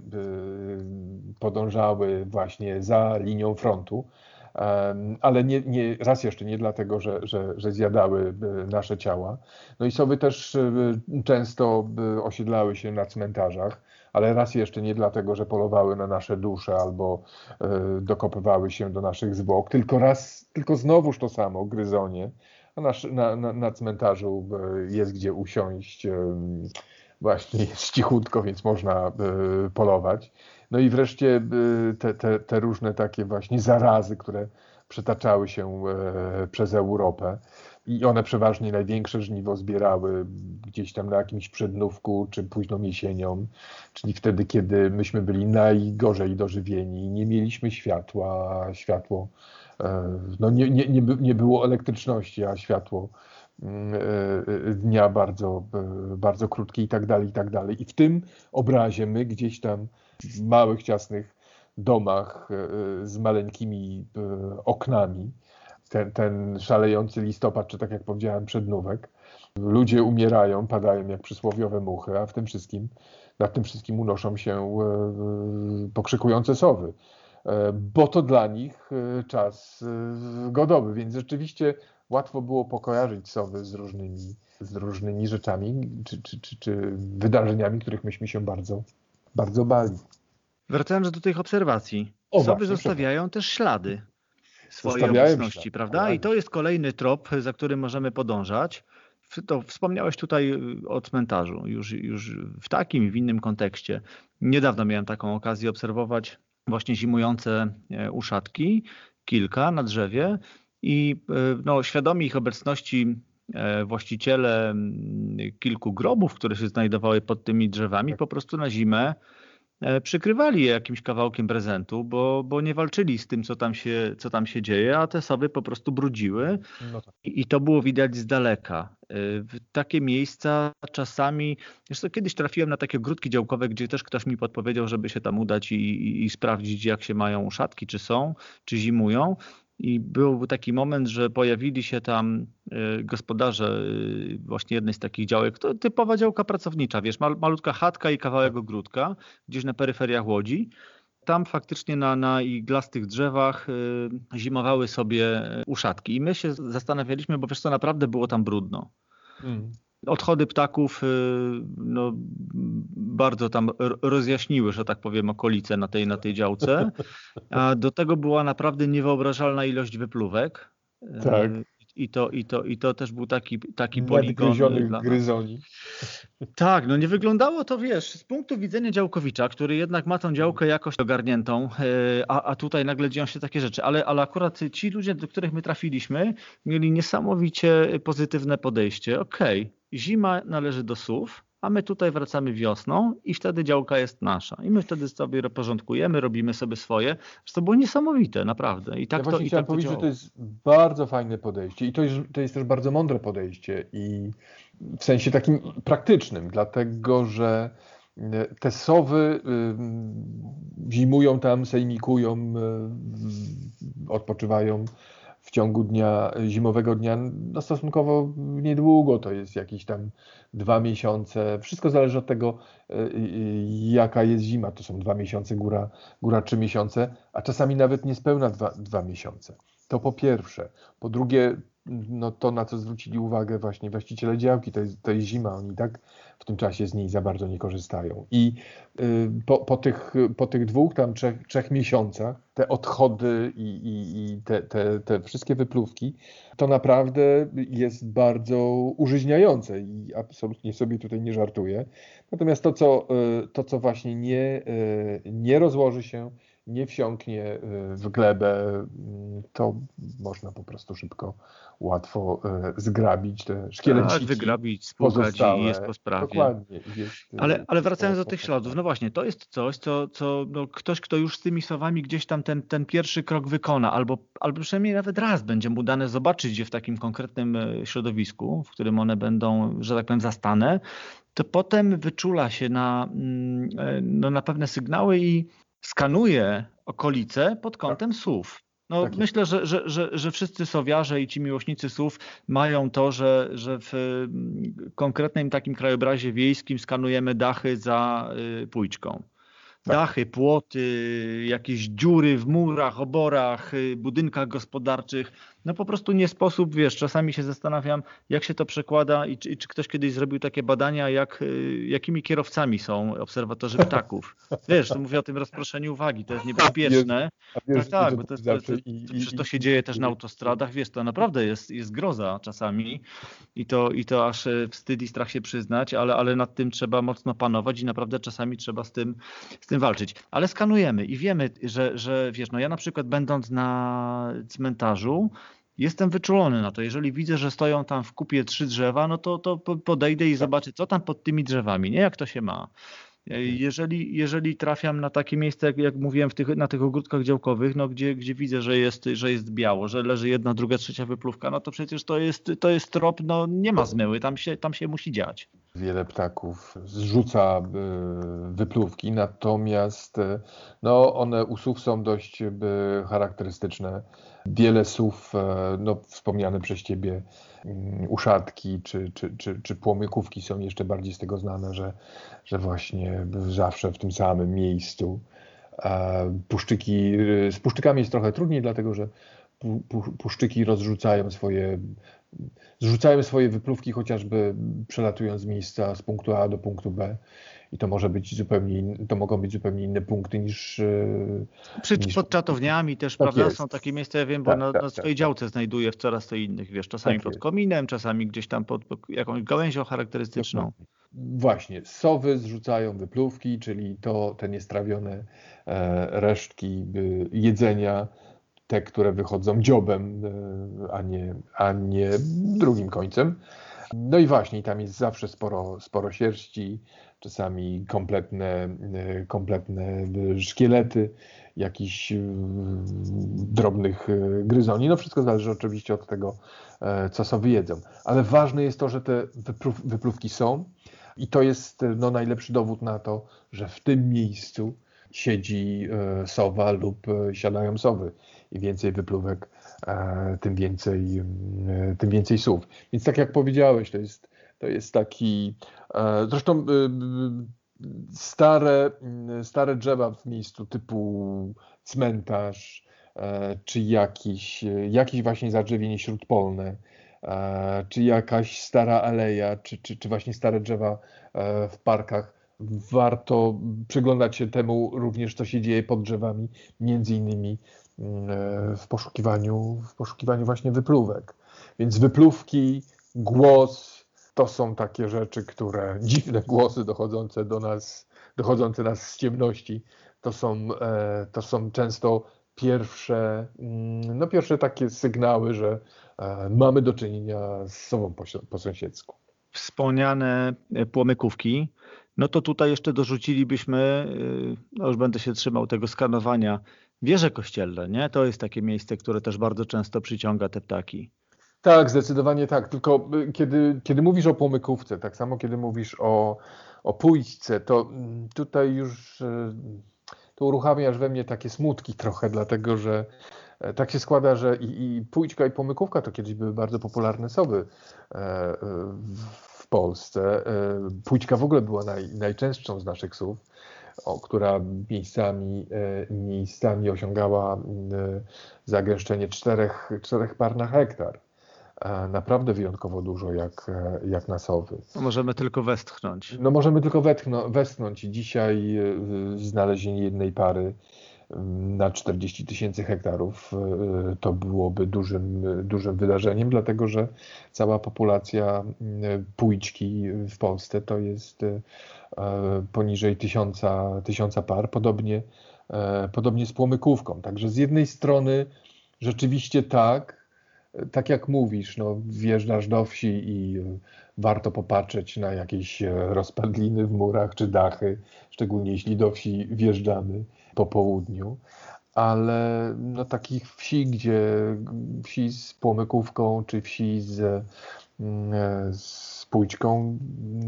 podążały właśnie za linią frontu, ale nie, nie, raz jeszcze nie dlatego, że, że, że zjadały nasze ciała. No i sowy też często osiedlały się na cmentarzach, ale raz jeszcze nie dlatego, że polowały na nasze dusze albo dokopywały się do naszych zwłok, tylko raz, tylko znowuż to samo, gryzonie. A na, na, na, na cmentarzu jest gdzie usiąść, właśnie jest cichutko, więc można polować. No i wreszcie te, te, te różne takie właśnie zarazy, które przetaczały się przez Europę i one przeważnie największe żniwo zbierały gdzieś tam na jakimś przednówku czy późną jesienią, czyli wtedy, kiedy myśmy byli najgorzej dożywieni, nie mieliśmy światła, światło, no nie, nie, nie, nie było elektryczności, a światło dnia bardzo, bardzo krótkie i tak dalej, i tak dalej. I w tym obrazie my gdzieś tam w małych, ciasnych domach z maleńkimi oknami, ten, ten szalejący listopad, czy tak jak powiedziałem, przednówek, ludzie umierają, padają jak przysłowiowe muchy, a w tym wszystkim, nad tym wszystkim unoszą się pokrzykujące sowy, bo to dla nich czas godowy, więc rzeczywiście łatwo było pokojarzyć sowy z różnymi, z różnymi rzeczami czy, czy, czy, czy wydarzeniami, których myśmy się bardzo, bardzo bali. Wracając do tych obserwacji, o, sowy właśnie, zostawiają też ślady swojej obecności, ślad, prawda? Tak. I to jest kolejny trop, za którym możemy podążać. To wspomniałeś tutaj o cmentarzu, już, już w takim i w innym kontekście. Niedawno miałem taką okazję obserwować właśnie zimujące uszatki, kilka na drzewie i no, świadomi ich obecności właściciele kilku grobów, które się znajdowały pod tymi drzewami, po prostu na zimę przykrywali je jakimś kawałkiem prezentu, bo, bo nie walczyli z tym, co tam się, co tam się dzieje, a te sowy po prostu brudziły. No tak. I, I to było widać z daleka. W takie miejsca czasami, zresztą kiedyś trafiłem na takie ogródki działkowe, gdzie też ktoś mi podpowiedział, żeby się tam udać i, i, i sprawdzić, jak się mają uszatki, czy są, czy zimują. I był taki moment, że pojawili się tam gospodarze właśnie jednej z takich działek, to typowa działka pracownicza, wiesz, malutka chatka i kawałek ogródka, gdzieś na peryferiach Łodzi. Tam faktycznie na, na iglastych drzewach zimowały sobie uszatki. I my się zastanawialiśmy, bo wiesz co, naprawdę było tam brudno. Hmm. Odchody ptaków no, bardzo tam rozjaśniły, że tak powiem, okolice na tej, na tej działce. A do tego była naprawdę niewyobrażalna ilość wypluwek. Tak. I to, i to, i to też był taki, taki poligon. Dla gryzoni. Tak, no nie wyglądało to, wiesz, z punktu widzenia działkowicza, który jednak ma tą działkę jakoś ogarniętą, a, a tutaj nagle dzieją się takie rzeczy. Ale, ale akurat ci ludzie, do których my trafiliśmy, mieli niesamowicie pozytywne podejście. Okej, okay, zima należy do sów, a my tutaj wracamy wiosną i wtedy działka jest nasza. I my wtedy sobie porządkujemy, robimy sobie swoje. To było niesamowite, naprawdę. I tak ja to, właśnie i chciałem tak to powiedzieć, działo. że to jest bardzo fajne podejście i to jest, to jest też bardzo mądre podejście i w sensie takim praktycznym, dlatego że te sowy zimują tam, sejmikują, odpoczywają w ciągu dnia, zimowego dnia, no stosunkowo niedługo, to jest jakieś tam dwa miesiące. Wszystko zależy od tego, jaka jest zima. To są dwa miesiące, góra, góra trzy miesiące, a czasami nawet niespełna dwa, dwa miesiące. To po pierwsze. Po drugie, no to na co zwrócili uwagę właśnie właściciele działki, to jest, to jest zima, oni tak w tym czasie z niej za bardzo nie korzystają. I y, po, po, tych, po tych dwóch, tam trzech, trzech miesiącach te odchody i, i, i te, te, te wszystkie wypluwki, to naprawdę jest bardzo użyźniające i absolutnie sobie tutaj nie żartuję. Natomiast to, co, y, to, co właśnie nie, y, nie rozłoży się, nie wsiąknie w glebę, to można po prostu szybko, łatwo zgrabić te szkieleciki. Tak, wygrabić, spłukać i jest po sprawie. Dokładnie. Jest, ale, ale wracając do tych śladów, no właśnie, to jest coś, co, co no ktoś, kto już z tymi sowami gdzieś tam ten, ten pierwszy krok wykona, albo, albo przynajmniej nawet raz będzie mu dane zobaczyć je w takim konkretnym środowisku, w którym one będą, że tak powiem, zastane, to potem wyczula się na, no, na pewne sygnały i skanuje okolice pod kątem tak. sów. No, tak myślę, że, że, że, że wszyscy sowiarze i ci miłośnicy sów mają to, że, że w konkretnym takim krajobrazie wiejskim skanujemy dachy za pójczką. Tak. Dachy, płoty, jakieś dziury w murach, oborach, budynkach gospodarczych. No po prostu nie sposób, wiesz, czasami się zastanawiam, jak się to przekłada i czy, i czy ktoś kiedyś zrobił takie badania, jak, jakimi kierowcami są obserwatorzy ptaków. Wiesz, to mówię o tym rozproszeniu uwagi, to jest niebezpieczne. Wiesz, tak, tak, bo to, jest, to, to, to, to, to się dzieje też na autostradach, wiesz, to naprawdę jest, jest groza czasami i to, i to aż wstyd i strach się przyznać, ale, ale nad tym trzeba mocno panować i naprawdę czasami trzeba z tym, z tym walczyć. Ale skanujemy i wiemy, że, że wiesz, no ja na przykład będąc na cmentarzu, jestem wyczulony na to. Jeżeli widzę, że stoją tam w kupie trzy drzewa, no to, to podejdę i zobaczę, co tam pod tymi drzewami, nie? Jak to się ma. Jeżeli, jeżeli trafiam na takie miejsce, jak, jak mówiłem, w tych, na tych ogródkach działkowych, no, gdzie, gdzie widzę, że jest, że jest biało, że leży jedna, druga, trzecia wypluwka, no to przecież to jest, to jest trop, no nie ma zmyły, tam się, tam się musi dziać. Wiele ptaków zrzuca wypluwki, natomiast no, one u sów są dość charakterystyczne. Wiele sów, no, wspomniane przez Ciebie uszatki czy, czy, czy, czy płomykówki są jeszcze bardziej z tego znane, że, że właśnie zawsze w tym samym miejscu. Puszczyki, z puszczykami jest trochę trudniej, dlatego że puszczyki rozrzucają swoje, zrzucają swoje wypluwki chociażby przelatując z miejsca z punktu A do punktu B. I to może być zupełnie in, to mogą być zupełnie inne punkty niż... Przy, niż... Pod czatowniami też, tak prawda? Jest. Są takie miejsca, ja wiem, bo tak, na, tak, na swojej tak, działce tak. znajduję w coraz to innych, wiesz, czasami tak pod jest. kominem, czasami gdzieś tam pod, pod jakąś gałęzią charakterystyczną. Właśnie, sowy zrzucają wypluwki, czyli to te niestrawione e, resztki y, jedzenia, te, które wychodzą dziobem, y, a nie, a nie drugim końcem. No i właśnie, tam jest zawsze sporo, sporo sierści, czasami kompletne, kompletne szkielety, jakichś drobnych gryzoni. No wszystko zależy oczywiście od tego, co sobie jedzą. Ale ważne jest to, że te wypluwki są i to jest no, najlepszy dowód na to, że w tym miejscu siedzi sowa lub siadają sowy i więcej wypluwek, tym więcej, tym więcej sów. Więc tak jak powiedziałeś, to jest, to jest taki, zresztą stare, stare drzewa w miejscu typu cmentarz, czy jakiś, jakieś właśnie zadrzewienie śródpolne, czy jakaś stara aleja, czy, czy, czy właśnie stare drzewa w parkach. Warto przyglądać się temu również, co się dzieje pod drzewami, między innymi w poszukiwaniu, w poszukiwaniu właśnie wypluwek. Więc wypluwki, głos, to są takie rzeczy, które, dziwne głosy dochodzące do nas, dochodzące nas z ciemności, to są, to są często pierwsze, no pierwsze takie sygnały, że mamy do czynienia z sobą po, po sąsiedzku. Wspomniane płomykówki, no to tutaj jeszcze dorzucilibyśmy, no już będę się trzymał tego skanowania, wieże kościelne, nie? To jest takie miejsce, które też bardzo często przyciąga te ptaki. Tak, zdecydowanie tak. Tylko kiedy, kiedy mówisz o płomykówce, tak samo kiedy mówisz o, o pójśćce, to tutaj już to uruchamiasz we mnie takie smutki trochę, dlatego że Tak się składa, że i, i Pójczka i Płomykówka to kiedyś były bardzo popularne sowy w Polsce. Pójczka w ogóle była naj, najczęstszą z naszych sów, o, która miejscami, miejscami osiągała zagęszczenie czterech, czterech par na hektar. Naprawdę wyjątkowo dużo jak, jak na sowy. No możemy tylko westchnąć. No możemy tylko wetchno, westchnąć i dzisiaj znalezienie jednej pary na czterdzieści tysięcy hektarów to byłoby dużym, dużym wydarzeniem, dlatego że cała populacja pójczki w Polsce to jest poniżej tysiąca, tysiąca par, podobnie, podobnie z płomykówką. Także z jednej strony rzeczywiście tak, tak jak mówisz, no, wjeżdżasz do wsi i warto popatrzeć na jakieś rozpadliny w murach czy dachy, szczególnie jeśli do wsi wjeżdżamy po południu, ale no, takich wsi, gdzie wsi z płomykówką czy wsi z, z pójczką,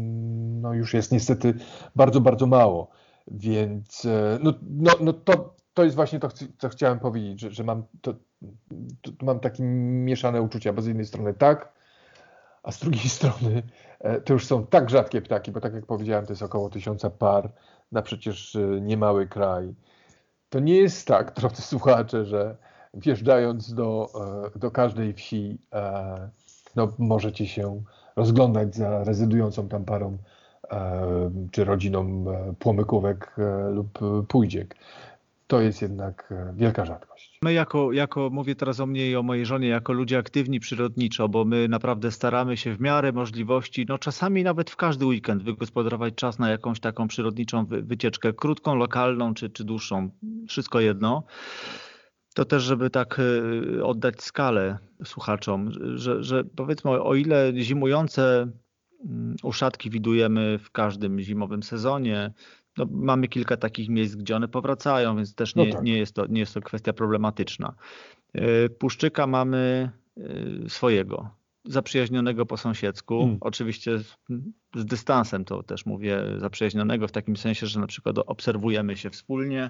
no już jest niestety bardzo, bardzo mało. Więc no, no, no to, to jest właśnie to, co chciałem powiedzieć, że, że mam, to, to, mam takie mieszane uczucia, bo z jednej strony tak, a z drugiej strony to już są tak rzadkie ptaki, bo tak jak powiedziałem, to jest około tysiąca par na przecież niemały kraj. To nie jest tak, drodzy słuchacze, że wjeżdżając do, do każdej wsi, no, możecie się rozglądać za rezydującą tam parą czy rodziną płomykówek lub pójdziek. To jest jednak wielka rzadkość. My jako, jako, mówię teraz o mnie i o mojej żonie, jako ludzie aktywni przyrodniczo, bo my naprawdę staramy się w miarę możliwości, no czasami nawet w każdy weekend wygospodarować czas na jakąś taką przyrodniczą wycieczkę, krótką, lokalną czy, czy dłuższą, wszystko jedno. To też, żeby tak oddać skalę słuchaczom, że, że powiedzmy, o ile zimujące uszatki widujemy w każdym zimowym sezonie, no, mamy kilka takich miejsc, gdzie one powracają, więc też nie, no tak. nie, jest, to, nie jest to kwestia problematyczna. Puszczyka mamy swojego, zaprzyjaźnionego po sąsiedzku, hmm. oczywiście z, z dystansem, to też mówię zaprzyjaźnionego w takim sensie, że na przykład obserwujemy się wspólnie.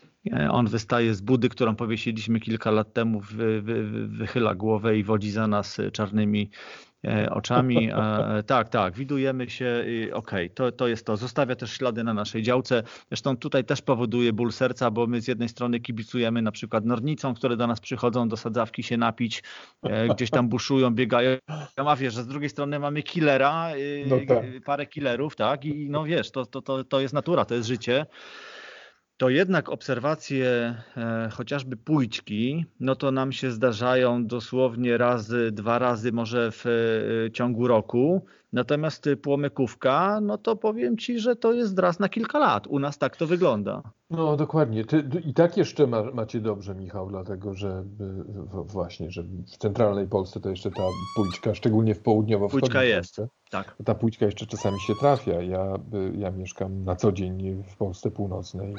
On wystaje z budy, którą powiesiliśmy kilka lat temu, wy, wy, wychyla głowę i wodzi za nas czarnymi oczami. Tak, tak, widujemy się, okej, okay, to, to jest to. Zostawia też ślady na naszej działce. Zresztą tutaj też powoduje ból serca, bo my z jednej strony kibicujemy na przykład nornicom, które do nas przychodzą do sadzawki się napić, gdzieś tam buszują, biegają. Ja wiesz, że z drugiej strony mamy killera, no tak. parę killerów, tak, i no wiesz, to, to, to, to jest natura, to jest życie. To jednak obserwacje e, chociażby pójczki, no to nam się zdarzają dosłownie razy, dwa razy może w e, ciągu roku. Natomiast płomykówka, no to powiem Ci, że to jest raz na kilka lat. U nas tak to wygląda. No dokładnie. Ty, i tak jeszcze ma, macie dobrze, Michał, dlatego że w, właśnie, że w centralnej Polsce to jeszcze ta pójczka, szczególnie w południowo-wschodniej Pójczka jest, Polsce, tak. Ta pójczka jeszcze czasami się trafia. Ja, ja mieszkam na co dzień w Polsce północnej.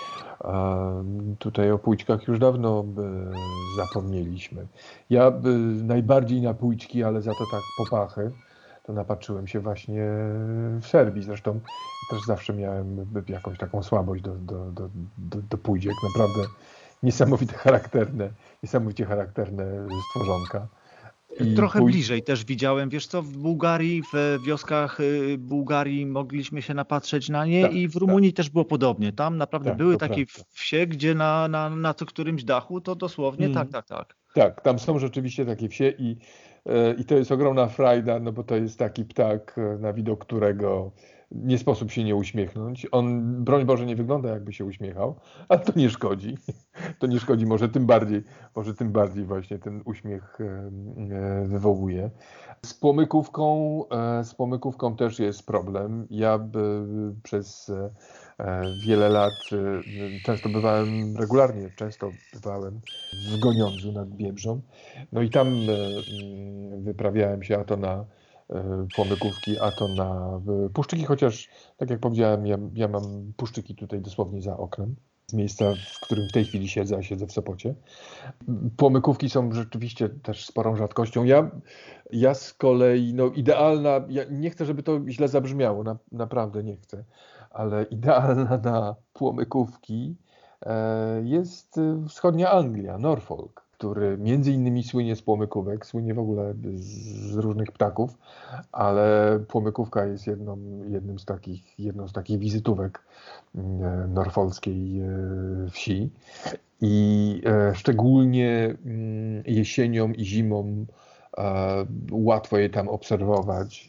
A tutaj o pójczkach już dawno zapomnieliśmy. Ja najbardziej na pójczki, ale za to tak popachy, to napatrzyłem się właśnie w Serbii. Zresztą też zawsze miałem jakąś taką słabość do, do, do, do, do pójdziek. Naprawdę niesamowite charakterne, niesamowicie charakterne stworzonka. I Trochę pój... bliżej też widziałem, wiesz co, w Bułgarii, w wioskach Bułgarii mogliśmy się napatrzeć na nie tak, i w Rumunii tak. też było podobnie. Tam naprawdę tak, były takie prawda. wsie, gdzie na, na, na co którymś dachu to dosłownie mm. tak, tak, tak. Tak, tam są rzeczywiście takie wsie i I to jest ogromna frajda, no bo to jest taki ptak, na widok którego nie sposób się nie uśmiechnąć. On, broń Boże, nie wygląda jakby się uśmiechał, ale to nie szkodzi. To nie szkodzi, może tym bardziej, może tym bardziej właśnie ten uśmiech wywołuje. Z płomykówką, z płomykówką też jest problem. Ja przez wiele lat często bywałem, regularnie często bywałem w Goniądzu nad Biebrzą. No i tam wyprawiałem się a to na płomykówki, a to na puszczyki, chociaż tak jak powiedziałem, ja, ja mam puszczyki tutaj dosłownie za oknem. Z miejsca, w którym w tej chwili siedzę, a siedzę w Sopocie. Płomykówki są rzeczywiście też sporą rzadkością. Ja, ja z kolei, no idealna, ja nie chcę, żeby to źle zabrzmiało, na, naprawdę nie chcę, ale idealna na płomykówki jest wschodnia Anglia, Norfolk. który między innymi słynie z płomykówek, słynie w ogóle z różnych ptaków, ale płomykówka jest jedną, jednym z takich, jedną z takich wizytówek norfolskiej wsi i szczególnie jesienią i zimą łatwo je tam obserwować,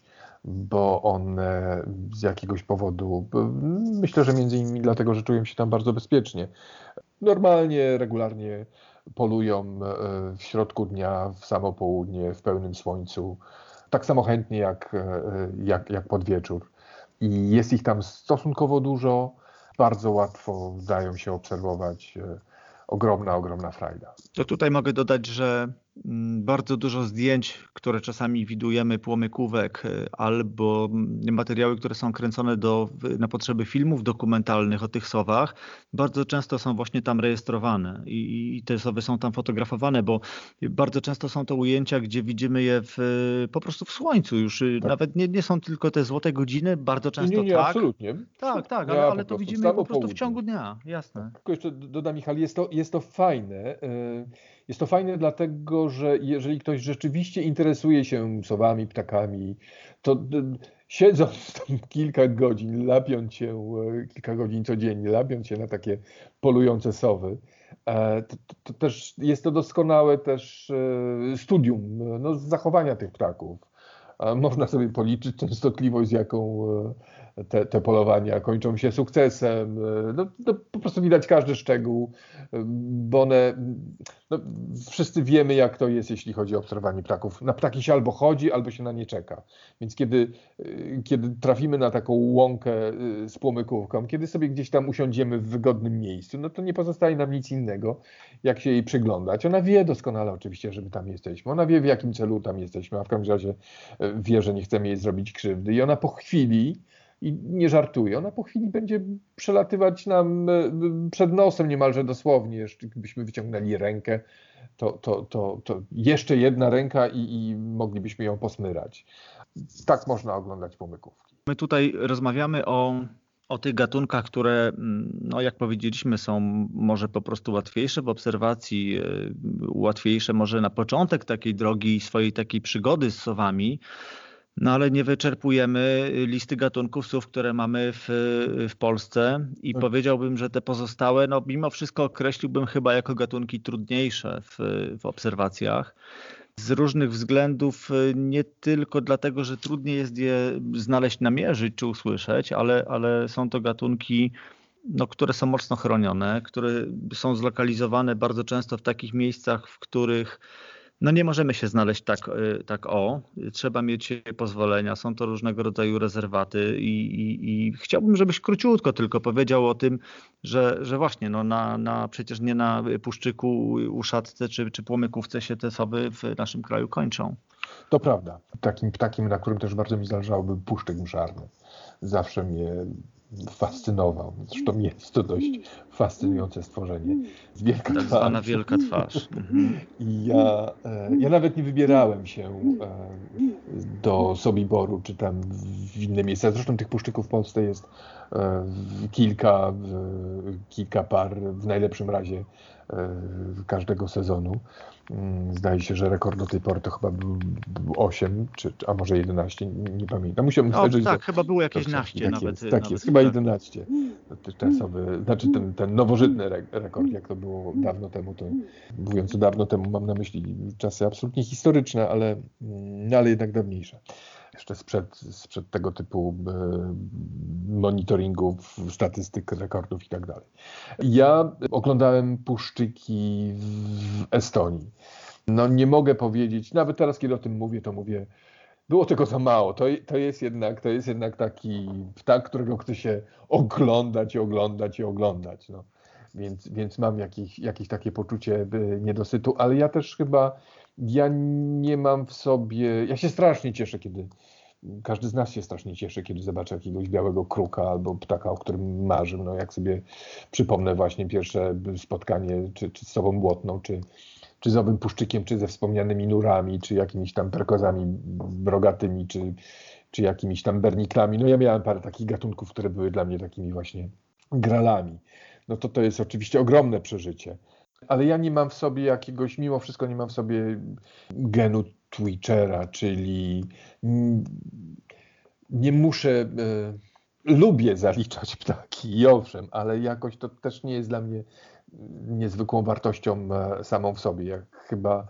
bo one z jakiegoś powodu, myślę, że między innymi dlatego, że czują się tam bardzo bezpiecznie, normalnie, regularnie polują w środku dnia, w samo południe, w pełnym słońcu, tak samo chętnie jak, jak, jak pod wieczór. I jest ich tam stosunkowo dużo, bardzo łatwo dają się obserwować. Ogromna, ogromna frajda. To tutaj mogę dodać, że bardzo dużo zdjęć, które czasami widujemy, płomykówek albo materiały, które są kręcone do, na potrzeby filmów dokumentalnych o tych sowach, bardzo często są właśnie tam rejestrowane i, i te sowy są tam fotografowane, bo bardzo często są to ujęcia, gdzie widzimy je w, po prostu w słońcu już. Tak. Nawet nie, nie są tylko te złote godziny, bardzo często nie, nie, tak. absolutnie. Tak, tak, ja ale, ale po to widzimy po prostu południe. w ciągu dnia, jasne. Tylko jeszcze dodam, Michał, jest to, jest to fajne. Jest to fajne dlatego, że jeżeli ktoś rzeczywiście interesuje się sowami, ptakami, to siedząc tam kilka godzin, lapiąc się, kilka godzin codziennie, lapiąc się na takie polujące sowy, to, to, to też jest to doskonałe też studium no, zachowania tych ptaków. Można sobie policzyć częstotliwość, z jaką te, te polowania kończą się sukcesem. No, no, po prostu widać każdy szczegół, bo one, no, wszyscy wiemy, jak to jest, jeśli chodzi o obserwowanie ptaków. Na ptaki się albo chodzi, albo się na nie czeka. Więc kiedy, kiedy trafimy na taką łąkę z płomykówką, kiedy sobie gdzieś tam usiądziemy w wygodnym miejscu, no to nie pozostaje nam nic innego, jak się jej przyglądać. Ona wie doskonale oczywiście, że my tam jesteśmy. Ona wie, w jakim celu tam jesteśmy, a w każdym razie wie, że nie chcemy jej zrobić krzywdy. I ona po chwili, i nie żartuję, ona po chwili będzie przelatywać nam przed nosem niemalże dosłownie. Jeszcze gdybyśmy wyciągnęli rękę, to, to, to, to jeszcze jedna ręka i, i moglibyśmy ją posmyrać. Tak można oglądać płomykówki. My tutaj rozmawiamy o, o tych gatunkach, które, no jak powiedzieliśmy, są może po prostu łatwiejsze w obserwacji, łatwiejsze może na początek takiej drogi, swojej takiej przygody z sowami. No ale nie wyczerpujemy listy gatunków słów, które mamy w, w Polsce i tak. Powiedziałbym, że te pozostałe, no mimo wszystko określiłbym chyba jako gatunki trudniejsze w, w obserwacjach. Z różnych względów, nie tylko dlatego, że trudniej jest je znaleźć, namierzyć czy usłyszeć, ale, ale są to gatunki, no, które są mocno chronione, które są zlokalizowane bardzo często w takich miejscach, w których no nie możemy się znaleźć tak, tak o, trzeba mieć pozwolenia, są to różnego rodzaju rezerwaty i, i, i chciałbym, żebyś króciutko tylko powiedział o tym, że, że właśnie no na, na, przecież nie na puszczyku, uszatce czy, czy płomykówce się te sowy w naszym kraju kończą. To prawda. Takim ptakiem, na którym też bardzo mi zależało, był puszczyk mszarny. Zawsze mnie fascynował. Zresztą jest to dość fascynujące stworzenie. Wielka tak twarz. Zwana wielka twarz. Mhm. I ja, ja nawet nie wybierałem się do Sobiboru, czy tam w inne miejsca. Zresztą tych puszczyków w Polsce jest kilka, kilka par, w najlepszym razie każdego sezonu. Zdaje się, że rekord do tej pory to chyba był osiem, czy, a może jedenaście, nie, nie pamiętam. Musiałbym o, spojrzeć. tak, do, chyba było jakieś naście tak nawet. Jest, tak nawet, jest, chyba tak. jedenaście. Czasowy, znaczy ten, ten nowożytny rekord, jak to było dawno temu, to mówiąc o dawno temu mam na myśli czasy absolutnie historyczne, ale, no, ale jednak dawniejsze. Jeszcze sprzed, sprzed tego typu monitoringów, statystyk, rekordów i tak dalej. Ja oglądałem puszczyki w Estonii. No nie mogę powiedzieć, nawet teraz kiedy o tym mówię, to mówię, było tego za mało. To, to, jest jednak, to jest jednak taki ptak, którego chce się oglądać i oglądać i oglądać. No. Więc, więc mam jakieś, jakieś takie poczucie niedosytu, ale ja też chyba, ja nie mam w sobie, ja się strasznie cieszę, kiedy, każdy z nas się strasznie cieszy, kiedy zobaczy jakiegoś białego kruka albo ptaka, o którym marzy. No jak sobie przypomnę właśnie pierwsze spotkanie, czy, czy z sową błotną, czy, czy z owym puszczykiem, czy ze wspomnianymi nurami, czy jakimiś tam perkozami brogatymi, czy, czy jakimiś tam berniklami. No ja miałem parę takich gatunków, które były dla mnie takimi właśnie gralami. No to to jest oczywiście ogromne przeżycie. Ale ja nie mam w sobie jakiegoś, mimo wszystko nie mam w sobie genu Twitchera, czyli nie muszę, lubię zaliczać ptaki i owszem, ale jakoś to też nie jest dla mnie niezwykłą wartością samą w sobie. Ja chyba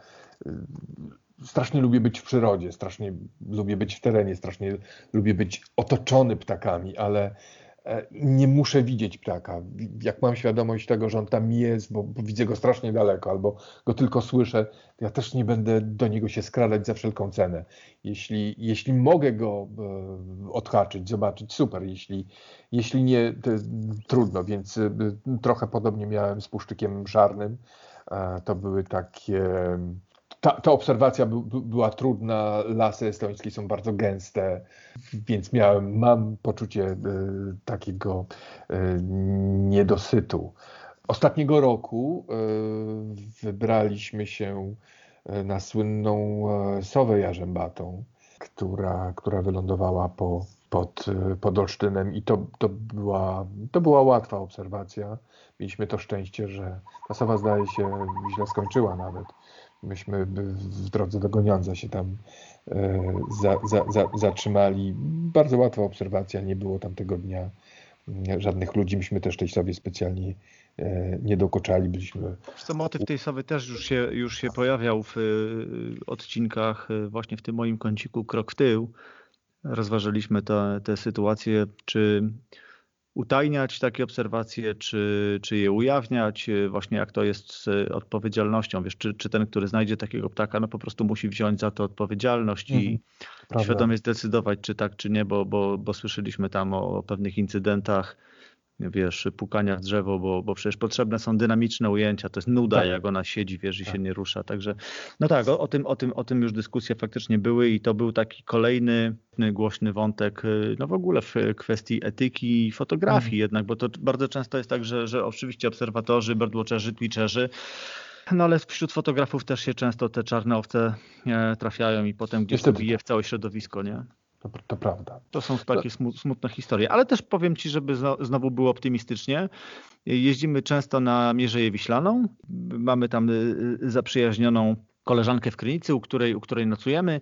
strasznie lubię być w przyrodzie, strasznie lubię być w terenie, strasznie lubię być otoczony ptakami, ale nie muszę widzieć ptaka. Jak mam świadomość tego, że on tam jest, bo, bo widzę go strasznie daleko, albo go tylko słyszę, to ja też nie będę do niego się skradać za wszelką cenę. Jeśli, jeśli mogę go e, odhaczyć, zobaczyć, super. Jeśli, jeśli nie, to jest trudno, więc e, trochę podobnie miałem z puszczykiem szarnym. E, to były takie... Ta, ta obserwacja by, by, była trudna, lasy estońskie są bardzo gęste, więc miałem, mam poczucie y, takiego y, niedosytu. Ostatniego roku y, wybraliśmy się na słynną y, sowę jarzębatą, która, która wylądowała po, pod, pod Olsztynem i to, to, była, to była łatwa obserwacja. Mieliśmy to szczęście, że ta sowa zdaje się źle skończyła nawet. Myśmy w drodze do Goniądza się tam e, za, za, za, zatrzymali. Bardzo łatwa obserwacja, nie było tam tego dnia żadnych ludzi. Myśmy też tej sowie specjalnie e, nie dokuczali. Byliśmy... Co, motyw tej sowy też już się, już się pojawiał w odcinkach, właśnie w tym moim kąciku Krok w tył. Rozważaliśmy tę sytuację, czy utajniać takie obserwacje, czy, czy je ujawniać, właśnie jak to jest z odpowiedzialnością. Wiesz, czy, czy ten, który znajdzie takiego ptaka, no po prostu musi wziąć za to odpowiedzialność i mhm, świadomie zdecydować, czy tak, czy nie, bo, bo, bo słyszeliśmy tam o, o pewnych incydentach, wiesz, pukania w drzewo, bo, bo przecież potrzebne są dynamiczne ujęcia, to jest nuda, tak, jak ona siedzi, wiesz, i tak się nie rusza, także no tak, o, o, tym, o, tym, o tym już dyskusje faktycznie były i to był taki kolejny głośny wątek, no w ogóle w kwestii etyki i fotografii mhm. jednak, bo to bardzo często jest tak, że, że oczywiście obserwatorzy, birdwatcherzy, twitcherzy, no ale wśród fotografów też się często te czarne owce trafiają i potem gdzieś to bije w całe środowisko, nie? To, to prawda. To są takie smutne historie, ale też powiem Ci, żeby znowu było optymistycznie. Jeździmy często na Mierzeję Wiślaną. Mamy tam zaprzyjaźnioną koleżankę w Krynicy, u której, u której nocujemy.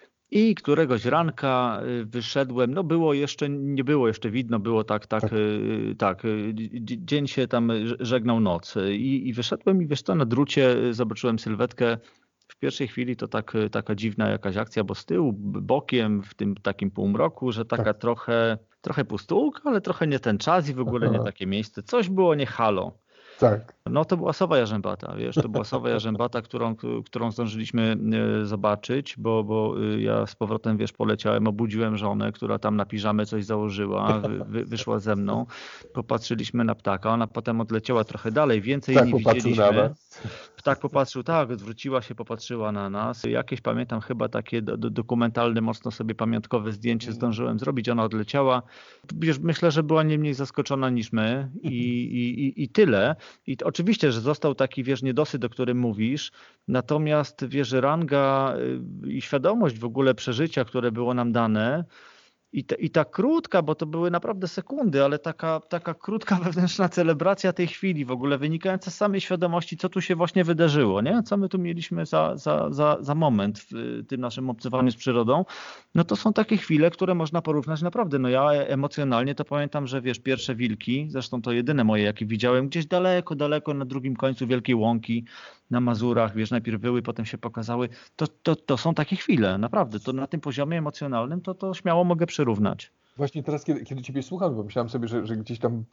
I któregoś ranka wyszedłem, no było jeszcze, nie było jeszcze widno, było tak, tak, tak, tak dzień się tam żegnał noc. I, i wyszedłem i wiesz co, na drucie zobaczyłem sylwetkę. W pierwszej chwili to tak, taka dziwna jakaś akcja, bo z tyłu, bokiem, w tym takim półmroku, że taka tak. trochę, trochę pustułka, ale trochę nie ten czas i w ogóle nie takie miejsce. Coś było nie halo. Tak. No to była sowa jarzębata, wiesz, to była sowa jarzębata, którą, którą zdążyliśmy zobaczyć, bo, bo ja z powrotem, wiesz, poleciałem, obudziłem żonę, która tam na piżamę coś założyła, wy, wyszła ze mną, popatrzyliśmy na ptaka, ona potem odleciała trochę dalej, więcej tak, nie widzieliśmy. Ptak popatrzył, tak, odwróciła się, popatrzyła na nas. Jakieś, pamiętam, chyba takie do, do, dokumentalne, mocno sobie pamiątkowe zdjęcie zdążyłem zrobić, ona odleciała. Wiesz, myślę, że była nie mniej zaskoczona niż my i, i, i tyle. I to, oczywiście, że został taki, wiesz, niedosyt, o którym mówisz, natomiast, wiesz, ranga i świadomość w ogóle przeżycia, które było nam dane, I, te, I ta krótka, bo to były naprawdę sekundy, ale taka, taka krótka wewnętrzna celebracja tej chwili, w ogóle wynikająca z samej świadomości, co tu się właśnie wydarzyło, nie? Co my tu mieliśmy za, za, za, za moment w tym naszym obcowaniu z przyrodą, no to są takie chwile, które można porównać naprawdę. No ja emocjonalnie to pamiętam, że wiesz, pierwsze wilki, zresztą to jedyne moje, jakie widziałem, gdzieś daleko, daleko na drugim końcu Wielkiej Łąki, na Mazurach, wiesz, najpierw były, potem się pokazały. To, to, to są takie chwile, naprawdę. To na tym poziomie emocjonalnym to, to śmiało mogę przyrównać. Właśnie teraz, kiedy, kiedy Ciebie słucham, bo myślałem sobie, że, że gdzieś tam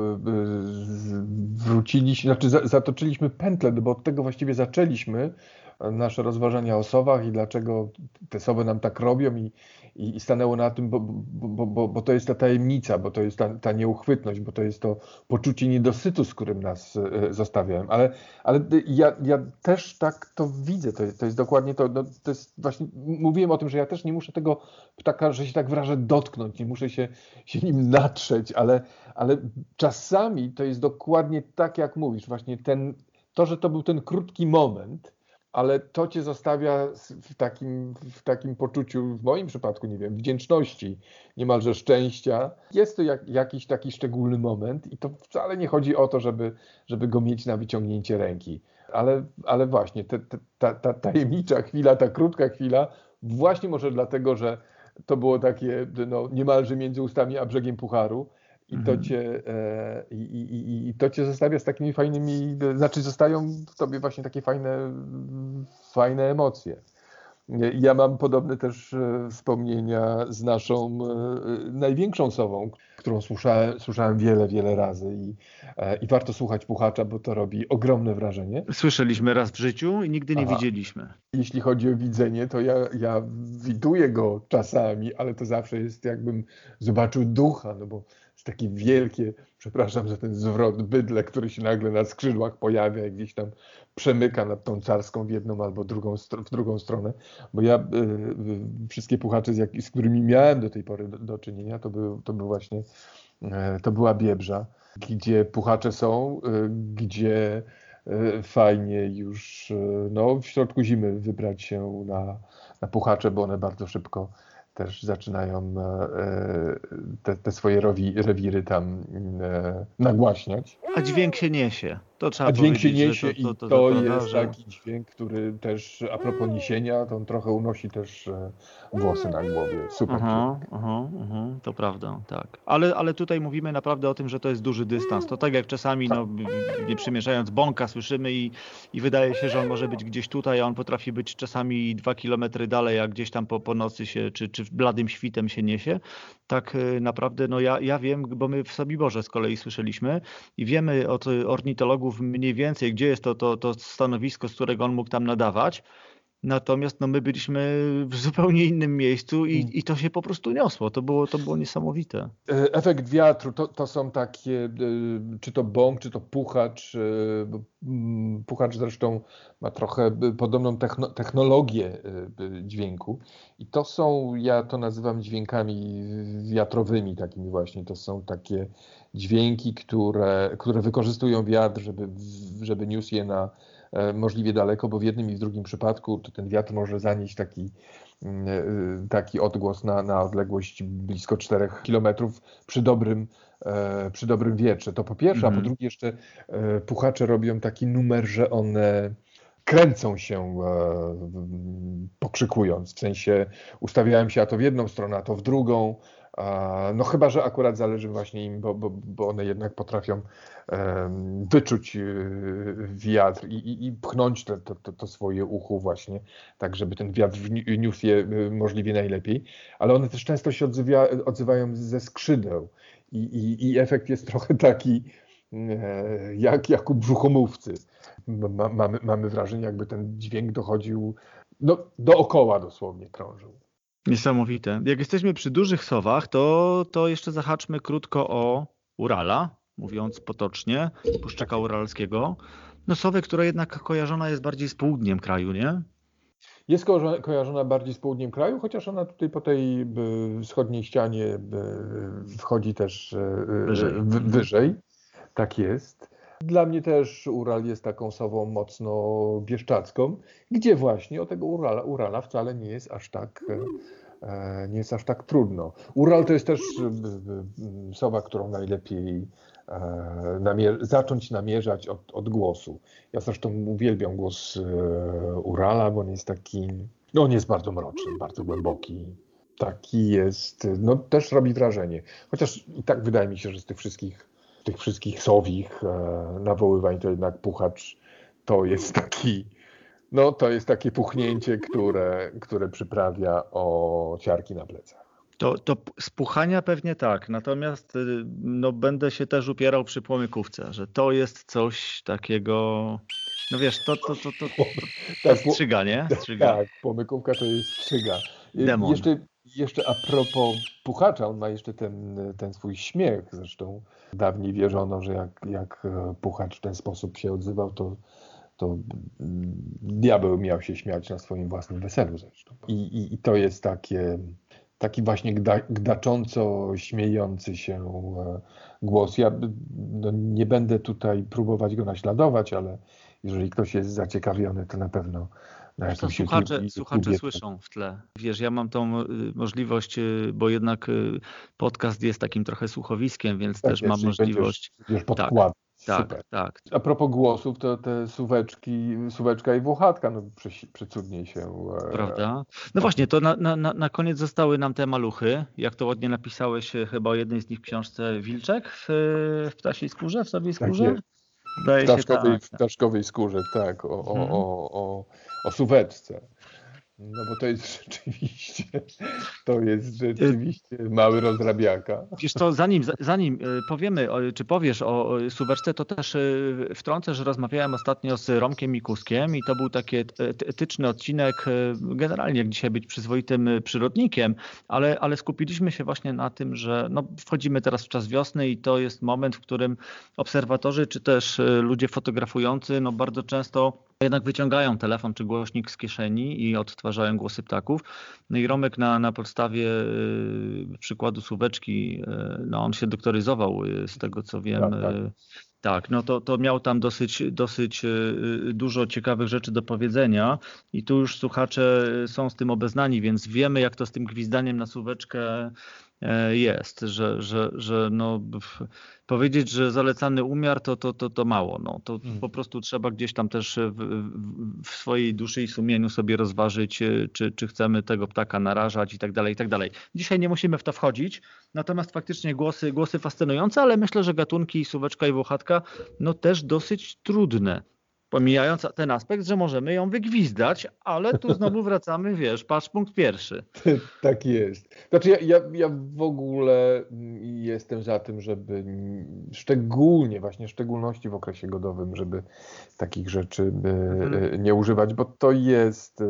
wróciliśmy, znaczy zatoczyliśmy pętlę, bo od tego właściwie zaczęliśmy nasze rozważania o sowach i dlaczego te sowy nam tak robią i, i, i stanęło na tym, bo, bo, bo, bo to jest ta tajemnica, bo to jest ta, ta nieuchwytność, bo to jest to poczucie niedosytu, z którym nas zostawiałem. Ale, ale ja, ja też tak to widzę, to, to jest dokładnie to, no, to jest właśnie, mówiłem o tym, że ja też nie muszę tego ptaka, że się tak wyrażę, dotknąć, nie muszę się, się nim natrzeć, ale, ale czasami to jest dokładnie tak, jak mówisz, właśnie ten, to, że to był ten krótki moment, ale to cię zostawia w takim, w takim poczuciu, w moim przypadku, nie wiem, wdzięczności, niemalże szczęścia. Jest to jak, jakiś taki szczególny moment i to wcale nie chodzi o to, żeby, żeby go mieć na wyciągnięcie ręki. Ale, ale właśnie te, te, ta, ta tajemnicza chwila, ta krótka chwila, właśnie może dlatego, że to było takie no, niemalże między ustami a brzegiem pucharu i to cię, e, i, i, i to cię zostawia z takimi fajnymi, znaczy zostają w tobie właśnie takie fajne, fajne emocje. Ja mam podobne też wspomnienia z naszą największą sową, którą słyszałem, słyszałem wiele, wiele razy i, i warto słuchać Puchacza, bo to robi ogromne wrażenie. Słyszeliśmy raz w życiu i nigdy nie Aha. widzieliśmy. Jeśli chodzi o widzenie, to ja, ja widuję go czasami, ale to zawsze jest jakbym zobaczył ducha, no bo jest takie wielkie, przepraszam za ten zwrot, bydle, który się nagle na skrzydłach pojawia i gdzieś tam przemyka nad tą carską w jedną albo drugą, w drugą stronę, bo ja y, y, wszystkie puchacze, z, jak, z którymi miałem do tej pory do, do czynienia, to był, to był właśnie, y, to była Biebrza, gdzie puchacze są, y, gdzie y, fajnie już y, no, w środku zimy wybrać się na, na puchacze, bo one bardzo szybko też zaczynają te, te swoje rowi, rewiry tam nagłaśniać. A dźwięk się niesie. To trzeba A dźwięk się niesie to, to, to, i to, to jest prawda, że... taki dźwięk, który też, a propos niesienia, to on trochę unosi też włosy na głowie. Super. Aha, aha, aha, to prawda, tak. Ale, ale tutaj mówimy naprawdę o tym, że to jest duży dystans. To tak jak czasami, no, nie przymierzając bąka, słyszymy i, i wydaje się, że on może być gdzieś tutaj, a on potrafi być czasami dwa kilometry dalej, jak gdzieś tam po, po nocy się, czy, czy bladym świtem się niesie. Tak naprawdę, no ja, ja wiem, bo my w Sobiborze z kolei słyszeliśmy i wiemy od ornitologów mniej więcej, gdzie jest to, to, to stanowisko, z którego on mógł tam nadawać. Natomiast no, my byliśmy w zupełnie innym miejscu i, i to się po prostu niosło. To było, to było niesamowite. Efekt wiatru to, to są takie, czy to bąk, czy to puchacz. Puchacz zresztą ma trochę podobną technologię dźwięku. I to są, ja to nazywam dźwiękami wiatrowymi takimi właśnie. To są takie dźwięki, które, które wykorzystują wiatr, żeby, żeby niósł je na możliwie daleko, bo w jednym i w drugim przypadku to ten wiatr może zanieść taki, taki odgłos na, na odległość blisko czterech kilometrów przy dobrym, przy dobrym wietrze. To po pierwsze, mm. a po drugie jeszcze puchacze robią taki numer, że one kręcą się pokrzykując, w sensie ustawiają się a to w jedną stronę, a to w drugą. No chyba, że akurat zależy właśnie im, bo, bo, bo one jednak potrafią um, wyczuć wiatr i, i, i pchnąć to, to, to swoje ucho właśnie, tak żeby ten wiatr niósł je możliwie najlepiej, ale one też często się odzywa, odzywają ze skrzydeł i, i, i efekt jest trochę taki e, jak, jak u brzuchomówcy. Ma, mamy, mamy wrażenie, jakby ten dźwięk dochodził no, dookoła dosłownie krążył. Niesamowite. Jak jesteśmy przy dużych sowach, to, to jeszcze zahaczmy krótko o Urala, mówiąc potocznie, puszczaka uralskiego. No sowę, która jednak kojarzona jest bardziej z południem kraju, nie? Jest ko- kojarzona bardziej z południem kraju, chociaż ona tutaj po tej by, wschodniej ścianie by, wchodzi też wyżej. W, wyżej. Tak jest. Dla mnie też Ural jest taką sową mocno bieszczacką, gdzie właśnie o tego Urala, Urala wcale nie jest aż tak nie jest aż tak trudno. Ural to jest też sowa, którą najlepiej namier- zacząć namierzać od, od głosu. Ja zresztą uwielbiam głos Urala, bo on jest taki, no on jest bardzo mroczny, bardzo głęboki. Taki jest, no też robi wrażenie. Chociaż i tak wydaje mi się, że z tych wszystkich tych wszystkich sowich e, nawoływań, to jednak puchacz to jest taki, no to jest takie puchnięcie, które, które przyprawia o ciarki na plecach. To, to z puchania pewnie tak, natomiast no, będę się też upierał przy płomykówce, że to jest coś takiego, no wiesz, to, to, to, to, to, to tak, strzyga, nie? Strzyga. Tak, płomykówka to jest strzyga. Demon. Jeszcze, jeszcze a propos puchacza, on ma jeszcze ten, ten swój śmiech, zresztą dawniej wierzono, że jak, jak puchacz w ten sposób się odzywał, to, to diabeł miał się śmiać na swoim własnym weselu zresztą. I, i, i to jest takie, taki właśnie gda, gdacząco śmiejący się głos. Ja no, nie będę tutaj próbować go naśladować, ale jeżeli ktoś jest zaciekawiony, to na pewno na To jakimś słuchacze, YouTube, słuchacze YouTubie- słyszą w tle. Wiesz, ja mam tą y, możliwość, y, bo jednak y, podcast jest takim trochę słuchowiskiem, więc Tak też jest, mam czyli możliwość. Będziesz, będziesz Tak, podkładać. tak, Super. tak. A propos głosów, to te suweczki, suweczka i włochatka, no prze- przecudnie się... e, Prawda? No właśnie, to na, na, na na koniec zostały nam te maluchy. Jak to ładnie napisałeś y, chyba o jednej z nich w książce Wilczek w, w ptasiej skórze, w sowiej Tak skórze? jest. Zdaje W się ptaszkowej, tak. w ptaszkowej skórze, tak, o, o, Mhm. o, o, o suweczce. No bo to jest rzeczywiście, to jest rzeczywiście mały rozrabiaka. Wiesz co, zanim, zanim y, powiemy, o- czy powiesz o o suweczce, to też y, wtrącę, że rozmawiałem ostatnio z Romkiem Mikuskiem i to był taki et- et- etyczny odcinek, y, generalnie jak dzisiaj być przyzwoitym y, przyrodnikiem, ale, ale skupiliśmy się właśnie na tym, że no, wchodzimy teraz w czas wiosny i to jest moment, w którym obserwatorzy czy też y, ludzie fotografujący no, bardzo często jednak wyciągają telefon czy głośnik z kieszeni i odtwarzają głosy ptaków. No i Romek na, na podstawie y, przykładu suweczki, y, no on się doktoryzował y, z tego co wiem. Tak, tak. y, Tak, no to, to miał tam dosyć, dosyć y, dużo ciekawych rzeczy do powiedzenia i tu już słuchacze są z tym obeznani, więc wiemy jak to z tym gwizdaniem na suweczkę e, jest, że, że, że no, w- powiedzieć, że zalecany umiar to, to, to, to mało. No. To Mm. po prostu trzeba gdzieś tam też w, w, w swojej duszy i sumieniu sobie rozważyć, e, czy, czy chcemy tego ptaka narażać i tak dalej, i tak dalej. Dzisiaj nie musimy w to wchodzić, natomiast faktycznie głosy, głosy fascynujące, ale myślę, że gatunki suweczka i włochatka no też dosyć trudne. Pomijając ten aspekt, że możemy ją wygwizdać, ale tu znowu wracamy, wiesz, patrz punkt pierwszy. Tak jest. Znaczy ja, ja, ja w ogóle jestem za tym, żeby szczególnie, właśnie w szczególności w okresie godowym, żeby takich rzeczy Mhm. nie używać, bo to jest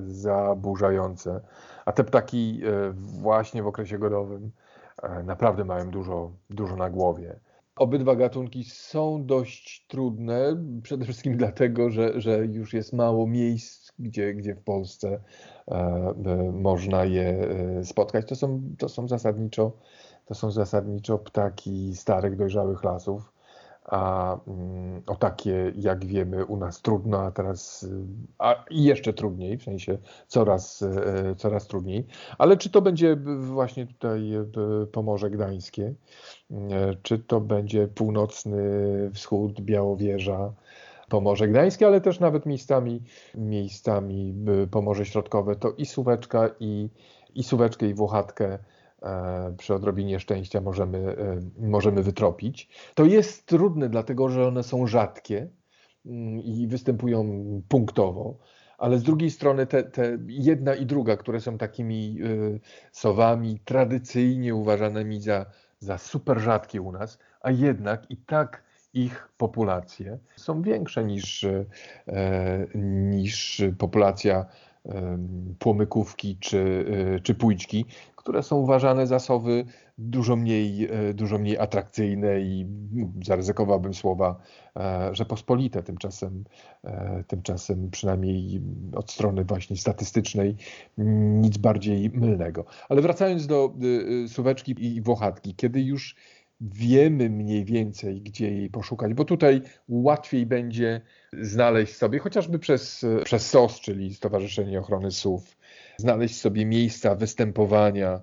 zaburzające. A te ptaki właśnie w okresie godowym naprawdę mają dużo, dużo na głowie. Obydwa gatunki są dość trudne, przede wszystkim dlatego, że, że już jest mało miejsc, gdzie, gdzie w Polsce e, można je e, spotkać. To są, to są zasadniczo, to są zasadniczo ptaki starych, dojrzałych lasów, a mm, o takie, jak wiemy, u nas trudno, a teraz a i jeszcze trudniej, w sensie coraz, e, coraz trudniej. Ale czy to będzie właśnie tutaj e, Pomorze Gdańskie, e, czy to będzie północny wschód, Białowieża, Pomorze Gdańskie, ale też nawet miejscami, miejscami e, Pomorze Środkowe, to i suweczka, i, i suweczkę, i włochatkę e, przy odrobinie szczęścia możemy, e, możemy wytropić. To jest trudne, dlatego że one są rzadkie mm, i występują punktowo, ale z drugiej strony te, te jedna i druga, które są takimi y, sowami tradycyjnie uważanymi za, za super rzadkie u nas, a jednak i tak ich populacje są większe niż, e, niż populacja e, płomykówki czy, e, czy pójczki, które są uważane za sowy dużo mniej, e, dużo mniej atrakcyjne i no, zaryzykowałbym słowa, e, że pospolite. Tymczasem, e, tymczasem przynajmniej od strony właśnie statystycznej nic bardziej mylnego. Ale wracając do e, suweczki i włochatki, kiedy już wiemy mniej więcej, gdzie jej poszukać, bo tutaj łatwiej będzie znaleźć sobie, chociażby przez, przez S O S, czyli Stowarzyszenie Ochrony Sów, znaleźć sobie miejsca występowania,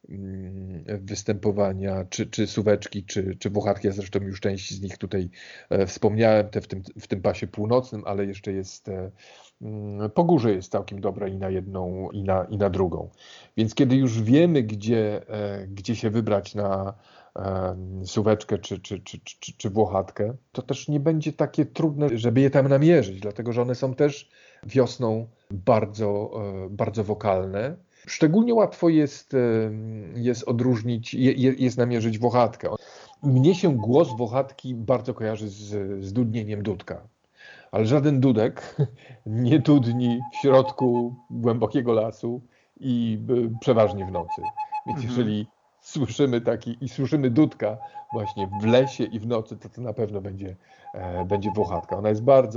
występowania czy, czy suweczki, czy, czy włochatki. Ja zresztą już część z nich tutaj wspomniałem, te w tym, w tym pasie północnym, ale jeszcze jest Pogórze jest całkiem dobre i na jedną, i na, i na drugą. Więc kiedy już wiemy, gdzie, gdzie się wybrać na suweczkę czy, czy, czy, czy, czy włochatkę, to też nie będzie takie trudne, żeby je tam namierzyć, dlatego że one są też wiosną bardzo, bardzo wokalne. Szczególnie łatwo jest, jest odróżnić, jest namierzyć włochatkę. Mnie się głos włochatki bardzo kojarzy z, z dudnieniem dudka. Ale żaden dudek nie dudni w środku głębokiego lasu i przeważnie w nocy. Więc Mhm. jeżeli słyszymy taki i słyszymy dudka właśnie w lesie i w nocy, to to na pewno będzie, e, będzie włochatka. Ona jest bardzo,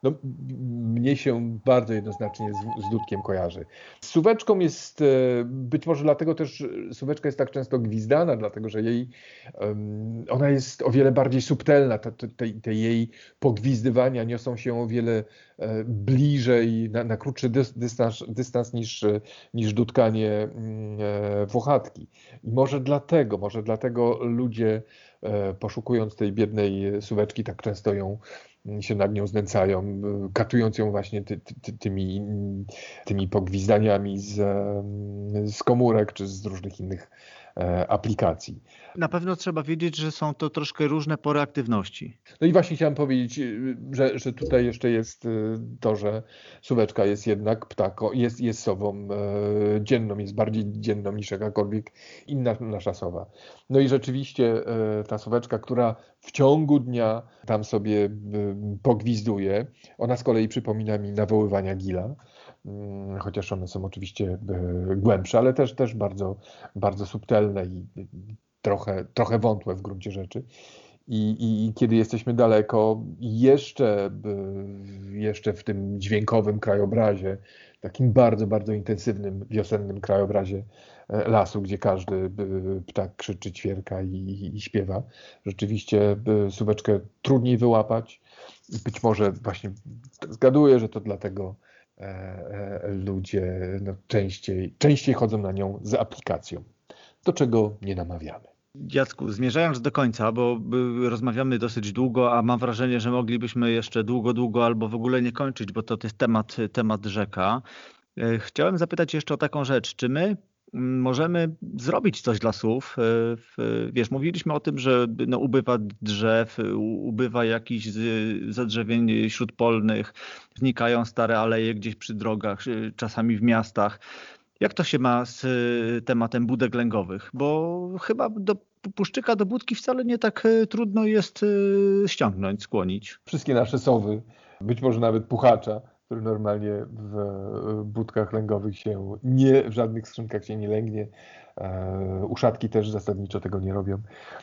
no, mnie się bardzo jednoznacznie z, z dudkiem kojarzy. Z suweczką jest, być może dlatego też suweczka jest tak często gwizdana, dlatego że jej, ona jest o wiele bardziej subtelna, te, te, te jej pogwizdywania niosą się o wiele bliżej, na, na krótszy dystans, dystans niż, niż dudkanie włochatki. I może dlatego, może dlatego ludzie, poszukując tej biednej suweczki, tak często ją się nad nią znęcają, katując ją właśnie ty, ty, tymi, tymi pogwizdaniami z, z komórek czy z różnych innych aplikacji. Na pewno trzeba wiedzieć, że są to troszkę różne pory aktywności. No i właśnie chciałem powiedzieć, że, że tutaj jeszcze jest to, że suweczka jest jednak ptaką, jest, jest sową dzienną, jest bardziej dzienną niż jakakolwiek inna nasza sowa. No i rzeczywiście ta suweczka, która w ciągu dnia tam sobie pogwizduje, ona z kolei przypomina mi nawoływania gila, chociaż one są oczywiście głębsze, ale też, też bardzo, bardzo subtelne i trochę, trochę wątłe w gruncie rzeczy. I, i, i kiedy jesteśmy daleko, jeszcze, jeszcze w tym dźwiękowym krajobrazie, takim bardzo, bardzo intensywnym wiosennym krajobrazie lasu, gdzie każdy ptak krzyczy, ćwierka i, i śpiewa, rzeczywiście suweczkę trudniej wyłapać. I być może właśnie zgaduję, że to dlatego ludzie no, częściej, częściej chodzą na nią z aplikacją, do czego nie namawiamy. Jacku, zmierzając do końca, bo rozmawiamy dosyć długo, a mam wrażenie, że moglibyśmy jeszcze długo, długo albo w ogóle nie kończyć, bo to jest temat, temat rzeka. Chciałem zapytać jeszcze o taką rzecz. Czy my możemy zrobić coś dla sów? Wiesz, mówiliśmy o tym, że no, ubywa drzew, ubywa jakichś zadrzewień śródpolnych, znikają stare aleje gdzieś przy drogach, czasami w miastach. Jak to się ma z tematem budek lęgowych? Bo chyba do puszczyka, do budki wcale nie tak trudno jest ściągnąć, skłonić. Wszystkie nasze sowy, być może nawet puchacza, który normalnie w budkach lęgowych się nie, w żadnych skrzynkach się nie lęgnie. Uszatki też zasadniczo tego nie robią.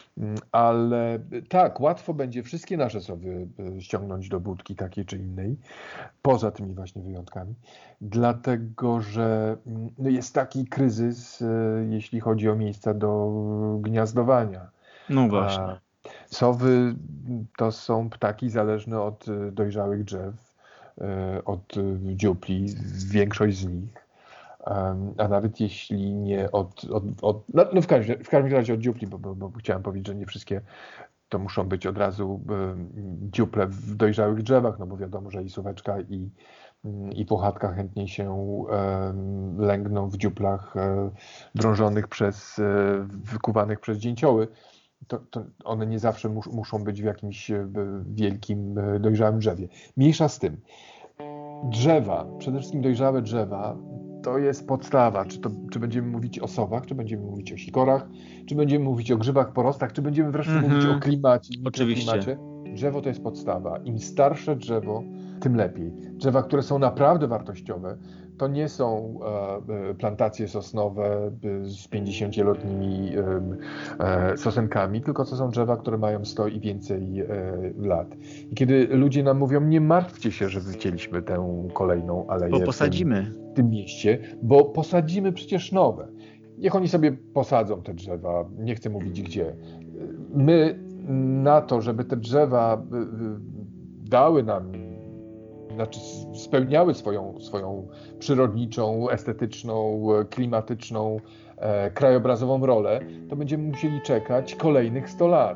Ale tak, łatwo będzie wszystkie nasze sowy ściągnąć do budki takiej czy innej, poza tymi właśnie wyjątkami, dlatego że no jest taki kryzys, jeśli chodzi o miejsca do gniazdowania. No właśnie. Sowy to są ptaki zależne od dojrzałych drzew, od dziupli, większość z nich, a nawet jeśli nie od, od, od no, no w, każdym, w każdym razie od dziupli, bo, bo, bo chciałem powiedzieć, że nie wszystkie to muszą być od razu dziuple w dojrzałych drzewach, no bo wiadomo, że i suweczka i, i puchatka chętniej się lęgną w dziuplach drążonych przez, wykuwanych przez dzięcioły. To, to one nie zawsze mus, muszą być w jakimś wielkim, dojrzałym drzewie. Mniejsza z tym. Drzewa, przede wszystkim dojrzałe drzewa, to jest podstawa. Czy, to, czy będziemy mówić o sowach, czy będziemy mówić o sikorach, czy będziemy mówić o grzybach, porostach, czy będziemy wreszcie mm-hmm. mówić o klimacie. Oczywiście. Klimacie. Drzewo to jest podstawa. Im starsze drzewo, tym lepiej. Drzewa, które są naprawdę wartościowe, to nie są e, plantacje sosnowe z pięćdziesięcioletnimi e, sosenkami, tylko to są drzewa, które mają sto i więcej e, lat. I kiedy ludzie nam mówią, nie martwcie się, że wycięliśmy tę kolejną aleję bo posadzimy. W tym, w tym mieście, bo posadzimy przecież nowe. Niech oni sobie posadzą te drzewa, nie chcę mówić gdzie. My na to, żeby te drzewa dały nam, znaczy spełniały swoją, swoją przyrodniczą, estetyczną, klimatyczną, e, krajobrazową rolę, to będziemy musieli czekać kolejnych sto lat.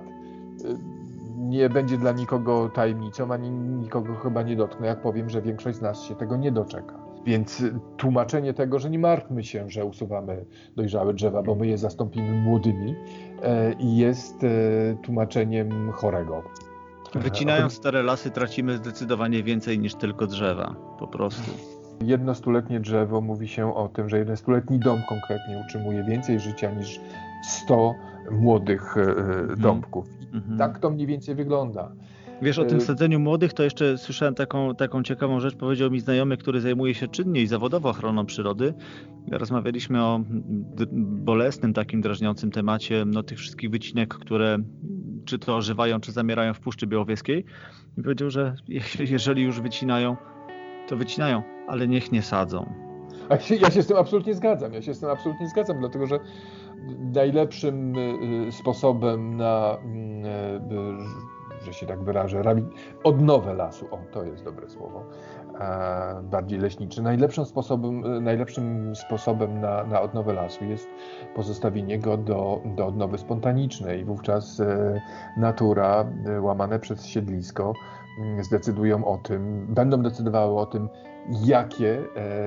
Nie będzie dla nikogo tajemnicą, ani nikogo chyba nie dotknę, jak powiem, że większość z nas się tego nie doczeka. Więc tłumaczenie tego, że nie martwmy się, że usuwamy dojrzałe drzewa, bo my je zastąpimy młodymi, e, jest e, tłumaczeniem chorego. Wycinając stare lasy tracimy zdecydowanie więcej niż tylko drzewa, po prostu. Jedno stuletnie drzewo, mówi się o tym, że jeden stuletni dom konkretnie utrzymuje więcej życia niż sto młodych mm. domków. I mm-hmm. tak to mniej więcej wygląda. Wiesz, o tym sadzeniu młodych to jeszcze słyszałem taką, taką ciekawą rzecz. Powiedział mi znajomy, który zajmuje się czynnie i zawodowo ochroną przyrody. Rozmawialiśmy o bolesnym, takim drażniącym temacie no, tych wszystkich wycinek, które czy to ożywają, czy zamierają w Puszczy Białowieskiej. I powiedział, że jeżeli już wycinają, to wycinają, ale niech nie sadzą. A się, ja się z tym absolutnie zgadzam. Ja się z tym absolutnie zgadzam, dlatego że najlepszym sposobem na, że się tak wyrażę, odnowę lasu, o to jest dobre słowo, bardziej leśniczy. Najlepszym sposobem, najlepszym sposobem na, na odnowę lasu jest pozostawienie go do, do odnowy spontanicznej. Wówczas natura, łamane przez siedlisko, zdecydują o tym, będą decydowały o tym, jakie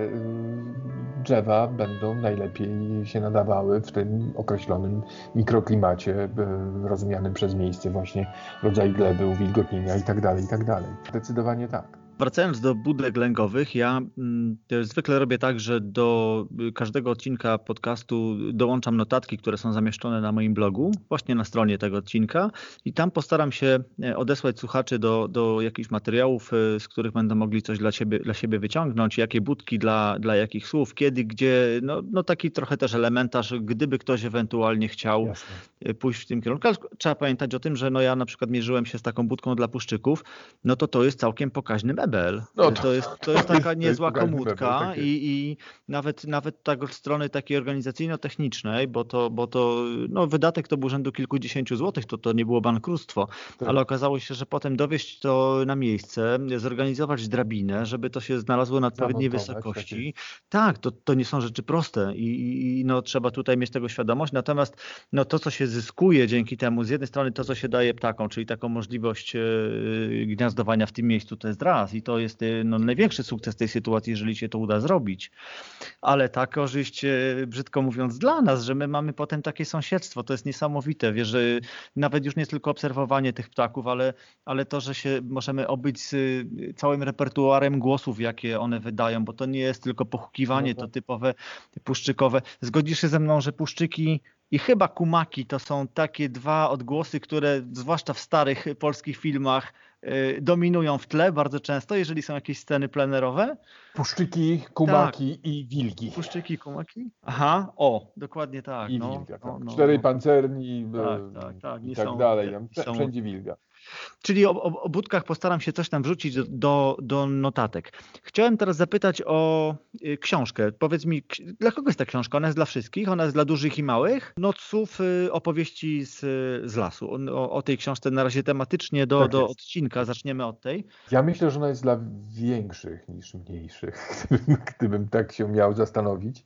drzewa będą najlepiej się nadawały w tym określonym mikroklimacie rozumianym przez miejsce, właśnie rodzaj gleby, uwilgotnienia itd., itd. Zdecydowanie tak. Wracając do budek lęgowych, ja y, zwykle robię tak, że do każdego odcinka podcastu dołączam notatki, które są zamieszczone na moim blogu, właśnie na stronie tego odcinka i tam postaram się odesłać słuchaczy do, do jakichś materiałów, z których będą mogli coś dla siebie, dla siebie wyciągnąć, jakie budki dla, dla jakich słów, kiedy, gdzie, no, no taki trochę też elementarz, gdyby ktoś ewentualnie chciał Jasne. pójść w tym kierunku. Ale trzeba pamiętać o tym, że no ja na przykład mierzyłem się z taką budką dla puszczyków, no to to jest całkiem pokaźny mebel. No to, to, jest, to jest taka niezła komódka mebel, i, i nawet, nawet tak od strony takiej organizacyjno-technicznej, bo to, bo to no wydatek to był rzędu kilkudziesięciu złotych, to, to nie było bankructwo, tak. Ale okazało się, że potem dowieźć to na miejsce, zorganizować drabinę, żeby to się znalazło na odpowiedniej wysokości. Tak, to, to nie są rzeczy proste i, i no, trzeba tutaj mieć tego świadomość, natomiast no, to, co się zyskuje dzięki temu, z jednej strony to, co się daje ptakom, czyli taką możliwość yy, gniazdowania w tym miejscu, to jest raz i to jest no, największy sukces tej sytuacji, jeżeli się to uda zrobić. Ale ta korzyść, brzydko mówiąc, dla nas, że my mamy potem takie sąsiedztwo, to jest niesamowite. Wiesz, że nawet już nie jest tylko obserwowanie tych ptaków, ale, ale to, że się możemy obyć z całym repertuarem głosów, jakie one wydają, bo to nie jest tylko pochukiwanie, to typowe puszczykowe. Zgodzisz się ze mną, że puszczyki i chyba kumaki to są takie dwa odgłosy, które zwłaszcza w starych polskich filmach dominują w tle bardzo często, jeżeli są jakieś sceny plenerowe. Puszczyki, kumaki tak. i wilki. Puszczyki, kumaki? Aha, o, dokładnie tak. I no, wilga, tak. No, no, Czterej no. pancerni tak, tak, tak. i tak są, dalej. Są... Wszędzie wilga. Czyli o, o, o budkach postaram się coś tam wrzucić do, do, do notatek. Chciałem teraz zapytać o y, książkę. Powiedz mi, dla kogo jest ta książka? Ona jest dla wszystkich? Ona jest dla dużych i małych? Noców, y, opowieści z, z lasu. O, o tej książce na razie tematycznie do, tak do odcinka. Zaczniemy od tej. Ja myślę, że ona jest dla większych niż mniejszych, gdybym, gdybym tak się miał zastanowić.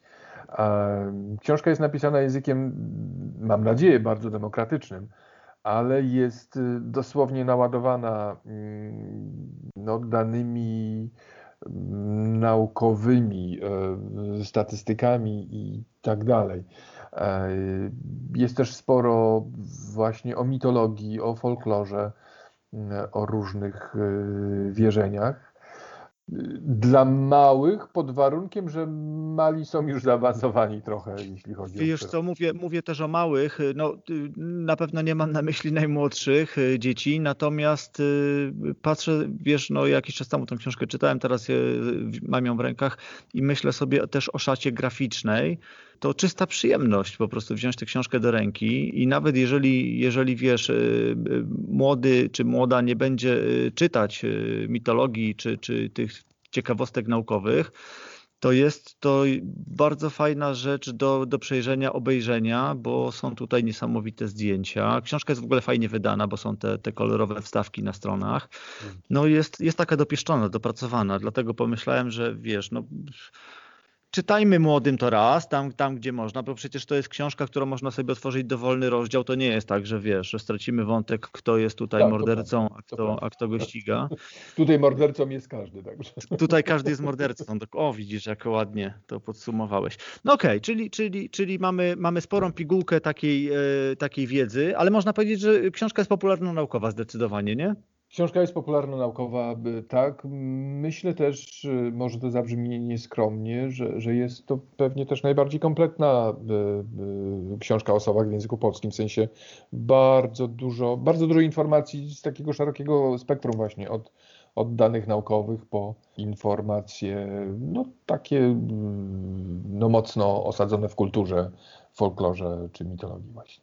Książka jest napisana językiem, mam nadzieję, bardzo demokratycznym, ale jest dosłownie naładowana no, danymi naukowymi, statystykami i tak dalej. Jest też sporo właśnie o mitologii, o folklorze, o różnych wierzeniach. Dla małych, pod warunkiem, że mali są już zaawansowani trochę, jeśli chodzi Wiesz o... Wiesz co, mówię, mówię też o małych, no na pewno nie mam na myśli najmłodszych dzieci, natomiast patrzę, wiesz, no jakiś czas temu tę książkę czytałem, teraz mam ją w rękach i myślę sobie też o szacie graficznej. To czysta przyjemność po prostu wziąć tę książkę do ręki i nawet jeżeli, jeżeli wiesz, młody czy młoda nie będzie czytać mitologii czy, czy tych ciekawostek naukowych, to jest to bardzo fajna rzecz do, do przejrzenia, obejrzenia, bo są tutaj niesamowite zdjęcia. Książka jest w ogóle fajnie wydana, bo są te, te kolorowe wstawki na stronach. No jest, jest taka dopieszczona, dopracowana, dlatego pomyślałem, że wiesz, no... Czytajmy młodym to raz, tam, tam gdzie można, bo przecież to jest książka, którą można sobie otworzyć dowolny rozdział. To nie jest tak, że wiesz, że stracimy wątek, kto jest tutaj tak, mordercą, a kto, a kto go ściga. Tutaj mordercą jest każdy, także. Tutaj każdy jest mordercą. O, widzisz, jak ładnie to podsumowałeś. No okej, okay, czyli, czyli, czyli mamy, mamy sporą pigułkę takiej, e, takiej wiedzy, ale można powiedzieć, że książka jest popularno-naukowa zdecydowanie, nie? Książka jest popularno-naukowa, tak. Myślę też, może to zabrzmi nieskromnie, że, że jest to pewnie też najbardziej kompletna książka o sowach w języku polskim, w sensie bardzo dużo, bardzo dużo informacji z takiego szerokiego spektrum właśnie, od, od danych naukowych po informacje no takie no mocno osadzone w kulturze, folklorze czy mitologii właśnie.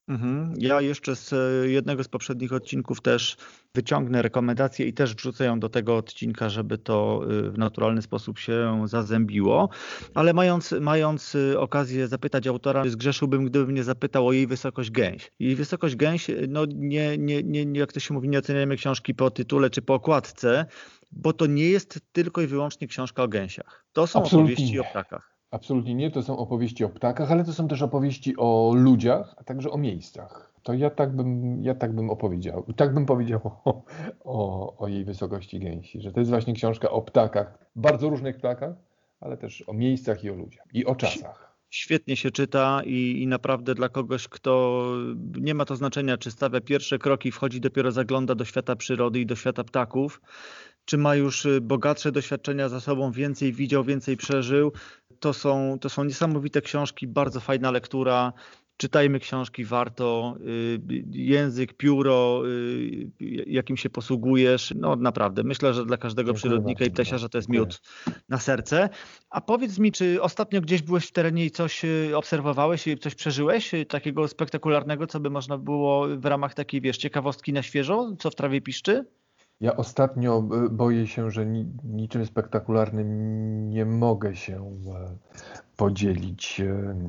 Mhm. Ja jeszcze z jednego z poprzednich odcinków też wyciągnę rekomendacje i też wrzucę ją do tego odcinka, żeby to w naturalny sposób się zazębiło. Ale mając, mając okazję zapytać autora, zgrzeszyłbym, gdybym nie zapytał o jej wysokość gęś. Jej wysokość gęś, no nie, nie, nie, jak to się mówi, nie oceniamy książki po tytule czy po okładce, bo to nie jest tylko i wyłącznie książka o gęsiach. To są Absolutnie opowieści nie. o ptakach. Absolutnie nie, to są opowieści o ptakach, ale to są też opowieści o ludziach, a także o miejscach. To ja tak bym, ja tak bym opowiedział, tak bym powiedział o, o, o jej wysokości gęsi, że to jest właśnie książka o ptakach, bardzo różnych ptakach, ale też o miejscach i o ludziach i o czasach. Świetnie się czyta i, i naprawdę dla kogoś, kto nie ma to znaczenia, czy stawia pierwsze kroki, wchodzi dopiero, zagląda do świata przyrody i do świata ptaków, czy ma już bogatsze doświadczenia za sobą, więcej widział, więcej przeżył. To są, to są niesamowite książki, bardzo fajna lektura. Czytajmy książki, warto. Język, pióro, jakim się posługujesz. No naprawdę, myślę, że dla każdego Dziękuję przyrodnika bardzo. i ptasiarza to jest Dziękuję. miód na serce. A powiedz mi, czy ostatnio gdzieś byłeś w terenie i coś obserwowałeś, coś przeżyłeś takiego spektakularnego, co by można było w ramach takiej, wiesz, ciekawostki na świeżo, co w trawie piszczy? Ja ostatnio boję się, że ni, niczym spektakularnym nie mogę się podzielić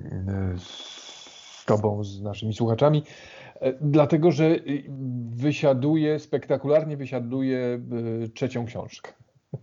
z Tobą, z naszymi słuchaczami, dlatego że wysiaduję, spektakularnie wysiaduję trzecią książkę.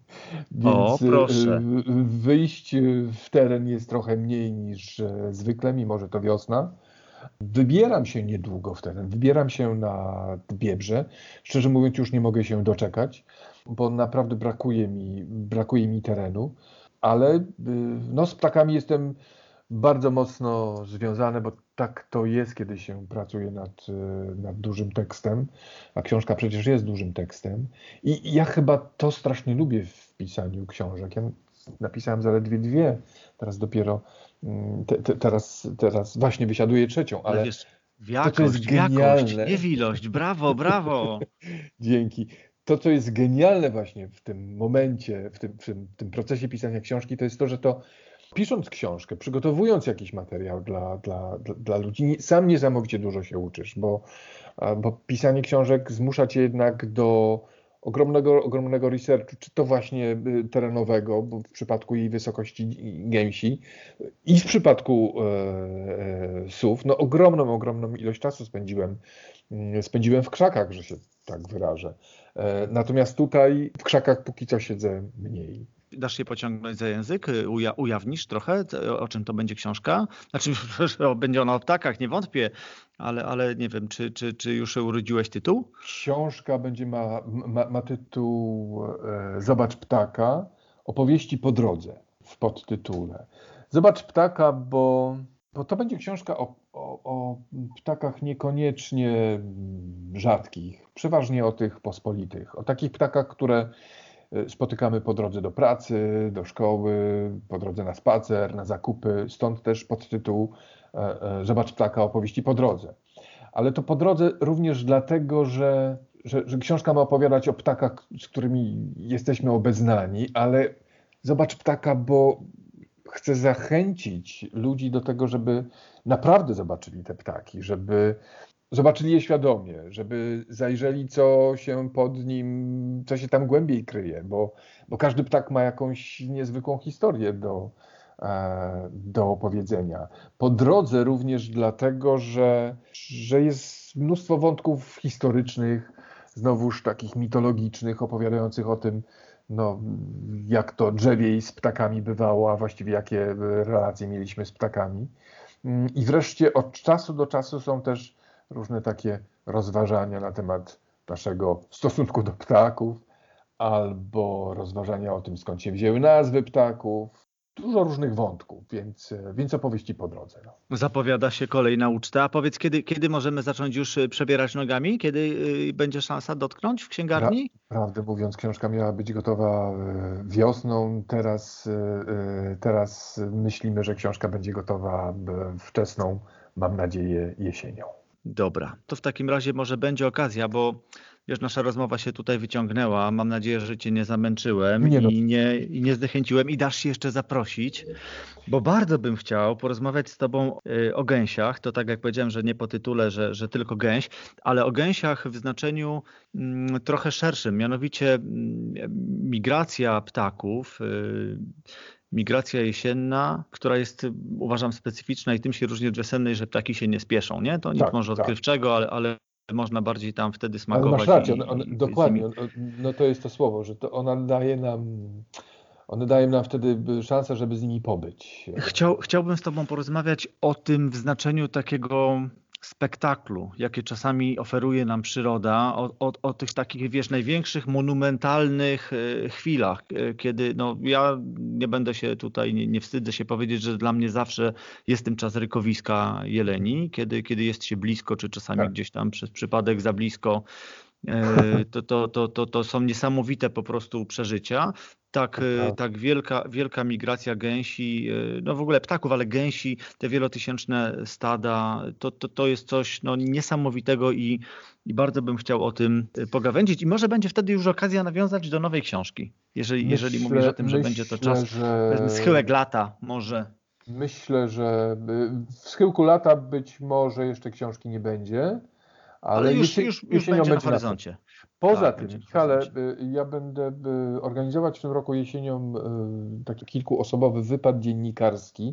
O, Więc proszę. wyjść w teren jest trochę mniej niż zwykle, mimo że to wiosna. Wybieram się niedługo w teren, wybieram się na Biebrze. Szczerze mówiąc, już nie mogę się doczekać, bo naprawdę brakuje mi, brakuje mi terenu, ale no, z ptakami jestem bardzo mocno związany, bo tak to jest, kiedy się pracuje nad, nad dużym tekstem, a książka przecież jest dużym tekstem. I ja chyba to strasznie lubię w pisaniu książek. Ja napisałem zaledwie dwie, teraz dopiero Te, te, teraz, teraz właśnie wysiaduję trzecią, ale, Ale wiesz, to, co jest jakość, genialne, jakość, nie w ilość. Brawo, brawo. dzięki, to, co jest genialne właśnie w tym momencie, w tym, w tym, w tym procesie pisania książki, to jest to, że to pisząc książkę, przygotowując jakiś materiał dla, dla, dla, dla ludzi, sam niesamowicie dużo się uczysz, bo, bo pisanie książek zmusza cię jednak do ogromnego, ogromnego researchu, czy to właśnie terenowego, bo w przypadku jej wysokości gęsi i w przypadku e, e, sów, no ogromną, ogromną ilość czasu spędziłem, spędziłem w krzakach, że się tak wyrażę. E, natomiast tutaj w krzakach póki co siedzę mniej. Dasz się pociągnąć za język? Uja, ujawnisz trochę, o czym to będzie książka? Znaczy, będzie ona o ptakach, nie wątpię, ale, ale nie wiem, czy, czy, czy już urodziłeś tytuł? Książka będzie ma, ma, ma tytuł e, Zobacz ptaka, opowieści po drodze w podtytule. Zobacz ptaka, bo, bo to będzie książka o, o, o ptakach niekoniecznie rzadkich, przeważnie o tych pospolitych, o takich ptakach, które spotykamy po drodze do pracy, do szkoły, po drodze na spacer, na zakupy. Stąd też podtytuł Zobacz ptaka, opowieści po drodze. Ale to po drodze również dlatego, że, że, że książka ma opowiadać o ptakach, z którymi jesteśmy obeznani, ale zobacz ptaka, bo chcę zachęcić ludzi do tego, żeby naprawdę zobaczyli te ptaki, żeby zobaczyli je świadomie, żeby zajrzeli, co się pod nim, co się tam głębiej kryje, bo, bo każdy ptak ma jakąś niezwykłą historię do, do opowiedzenia. Po drodze również dlatego, że, że jest mnóstwo wątków historycznych, znowuż takich mitologicznych, opowiadających o tym, no, jak to drzewiej z ptakami bywało, a właściwie jakie relacje mieliśmy z ptakami. I wreszcie od czasu do czasu są też różne takie rozważania na temat naszego stosunku do ptaków, albo rozważania o tym, skąd się wzięły nazwy ptaków. Dużo różnych wątków, więc, więc opowieści po drodze. No. Zapowiada się kolejna uczta. A powiedz, kiedy, kiedy możemy zacząć już przebierać nogami? Kiedy y, będzie szansa dotknąć w księgarni? Pra, prawdę mówiąc, książka miała być gotowa wiosną. Teraz, teraz myślimy, że książka będzie gotowa wczesną, mam nadzieję, jesienią. Dobra, to w takim razie może będzie okazja, bo wiesz, nasza rozmowa się tutaj wyciągnęła. Mam nadzieję, że cię nie zamęczyłem Nie no. i, nie, i nie zniechęciłem i dasz się jeszcze zaprosić, bo bardzo bym chciał porozmawiać z tobą y, o gęsiach. To tak jak powiedziałem, że nie po tytule, że, że tylko gęś, ale o gęsiach w znaczeniu mm, trochę szerszym, mianowicie mm, migracja ptaków, y, migracja jesienna, która jest, uważam, specyficzna i tym się różni od wiosennej, że ptaki się nie spieszą, nie? To nic Tak, może tak. odkrywczego, ale, ale można bardziej tam wtedy Ale smakować. masz rację, i- on, on, i- dokładnie, z on, nimi- on- no to jest to słowo, że to ona daje nam, one dają nam wtedy szansę, żeby z nimi pobyć. Chciał, chciałbym z tobą porozmawiać o tym w znaczeniu takiego spektaklu, jakie czasami oferuje nam przyroda, o, o, o tych takich, wiesz, największych, monumentalnych e, chwilach, e, kiedy, no ja nie będę się tutaj, nie, nie wstydzę się powiedzieć, że dla mnie zawsze jest ten czas rykowiska jeleni, kiedy, kiedy jest się blisko, czy czasami Tak. gdzieś tam przez przypadek za blisko. E, To, to, to, to, to są niesamowite po prostu przeżycia. Tak, e, prawda. tak wielka, wielka migracja gęsi, e, no w ogóle ptaków, ale gęsi, te wielotysięczne stada, to, to, to jest coś no, niesamowitego i, i bardzo bym chciał o tym e, pogawędzić. I może będzie wtedy już okazja nawiązać do nowej książki, jeżeli, jeżeli Myślę- mówisz o tym, że myślę, będzie to czas, że- powiedzmy, schyłek lata może. Myślę, że y, w schyłku lata być może jeszcze książki nie będzie, ale, Ale już, jesień- już, już jesienią będzie na na pewno. horyzoncie. Poza Tak, tym, będzie na Michale, horyzoncie. y, ja będę y, organizować w tym roku jesienią y, taki kilkuosobowy wypad dziennikarski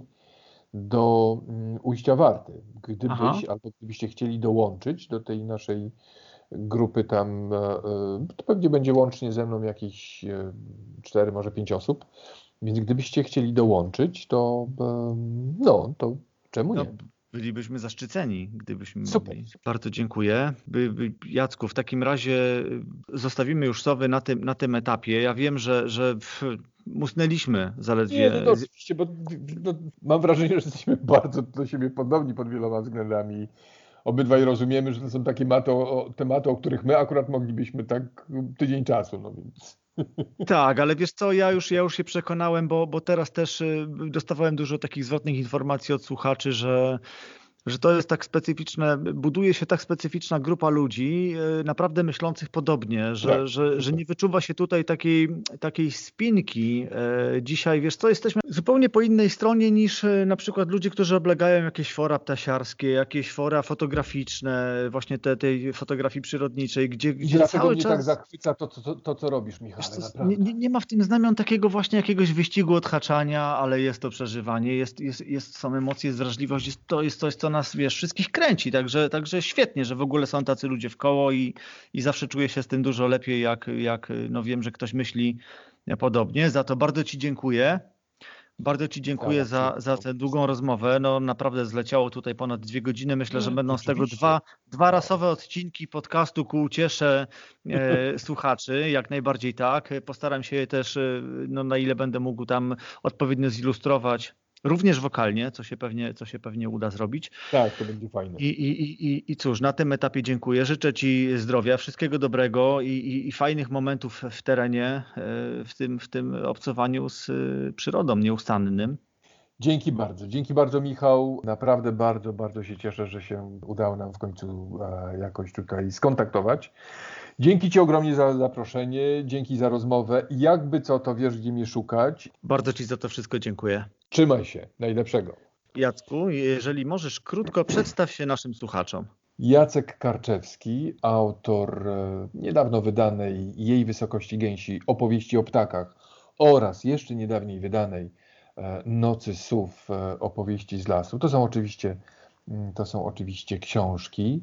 do y, Ujścia Warty. Gdybyś Aha. albo gdybyście chcieli dołączyć do tej naszej grupy tam, y, y, to pewnie będzie łącznie ze mną jakieś y, cztery, może pięć osób. Więc gdybyście chcieli dołączyć, to y, no, to czemu No, nie? bylibyśmy zaszczyceni, gdybyśmy Super. mogli. Bardzo dziękuję. By, by, Jacku, w takim razie zostawimy już sowy na tym, na tym etapie. Ja wiem, że, że pff, musnęliśmy zaledwie. Nie, no, no oczywiście, bo no, mam wrażenie, że jesteśmy bardzo do siebie podobni pod wieloma względami. Obydwaj rozumiemy, że to są takie tematy, o, tematy, o których my akurat moglibyśmy tak tydzień czasu, no więc. Tak, ale wiesz co, ja już, ja już się przekonałem, bo, bo teraz też y, dostawałem dużo takich zwrotnych informacji od słuchaczy, że, że to jest tak specyficzne, buduje się tak specyficzna grupa ludzi, y, naprawdę myślących podobnie, że, Tak. że, że nie wyczuwa się tutaj takiej, takiej spinki. Y, Dzisiaj, wiesz co, jesteśmy zupełnie po innej stronie niż y, na przykład ludzie, którzy oblegają jakieś fora ptasiarskie, jakieś fora fotograficzne, właśnie te, tej fotografii przyrodniczej, gdzie, I gdzie dlatego cały mnie czas... tak zachwyca to, to, to, to co robisz, Michale, Wiesz co, naprawdę. nie, nie, nie ma w tym znamion takiego właśnie jakiegoś wyścigu odhaczania, ale jest to przeżywanie, jest, jest, jest, są emocje, jest wrażliwość, jest, to jest coś, co nas, wiesz, wszystkich kręci, także, także świetnie, że w ogóle są tacy ludzie w koło i, i zawsze czuję się z tym dużo lepiej, jak, jak no wiem, że ktoś myśli podobnie. Za to bardzo Ci dziękuję. Bardzo Ci dziękuję za, za tę długą rozmowę. No naprawdę zleciało tutaj ponad dwie godziny. Myślę, że będą z tego Oczywiście. dwa, dwa rasowe odcinki podcastu ku uciesze e, słuchaczy. Jak najbardziej tak. Postaram się je też, e, no, na ile będę mógł tam odpowiednio zilustrować. Również wokalnie, co się pewnie, co się pewnie uda zrobić. Tak, to będzie fajne. I, i, i, i, I cóż, na tym etapie dziękuję. Życzę Ci zdrowia, wszystkiego dobrego i, i, i fajnych momentów w terenie, e, w tym, w tym obcowaniu z e, przyrodą nieustannym. Dzięki bardzo, dzięki bardzo, Michał. Naprawdę bardzo, bardzo się cieszę, że się udało nam w końcu e, jakoś tutaj skontaktować. Dzięki Ci ogromnie za zaproszenie, dzięki za rozmowę. Jakby co, to wiesz, gdzie mnie szukać. Bardzo Ci za to wszystko dziękuję. Trzymaj się, najlepszego. Jacku, jeżeli możesz krótko, przedstaw się naszym słuchaczom. Jacek Karczewski, autor e, niedawno wydanej Jej Wysokości Gęsi opowieści o ptakach oraz jeszcze niedawniej wydanej e, Nocy Sów, e, opowieści z lasu. To są oczywiście, mm, to są oczywiście książki.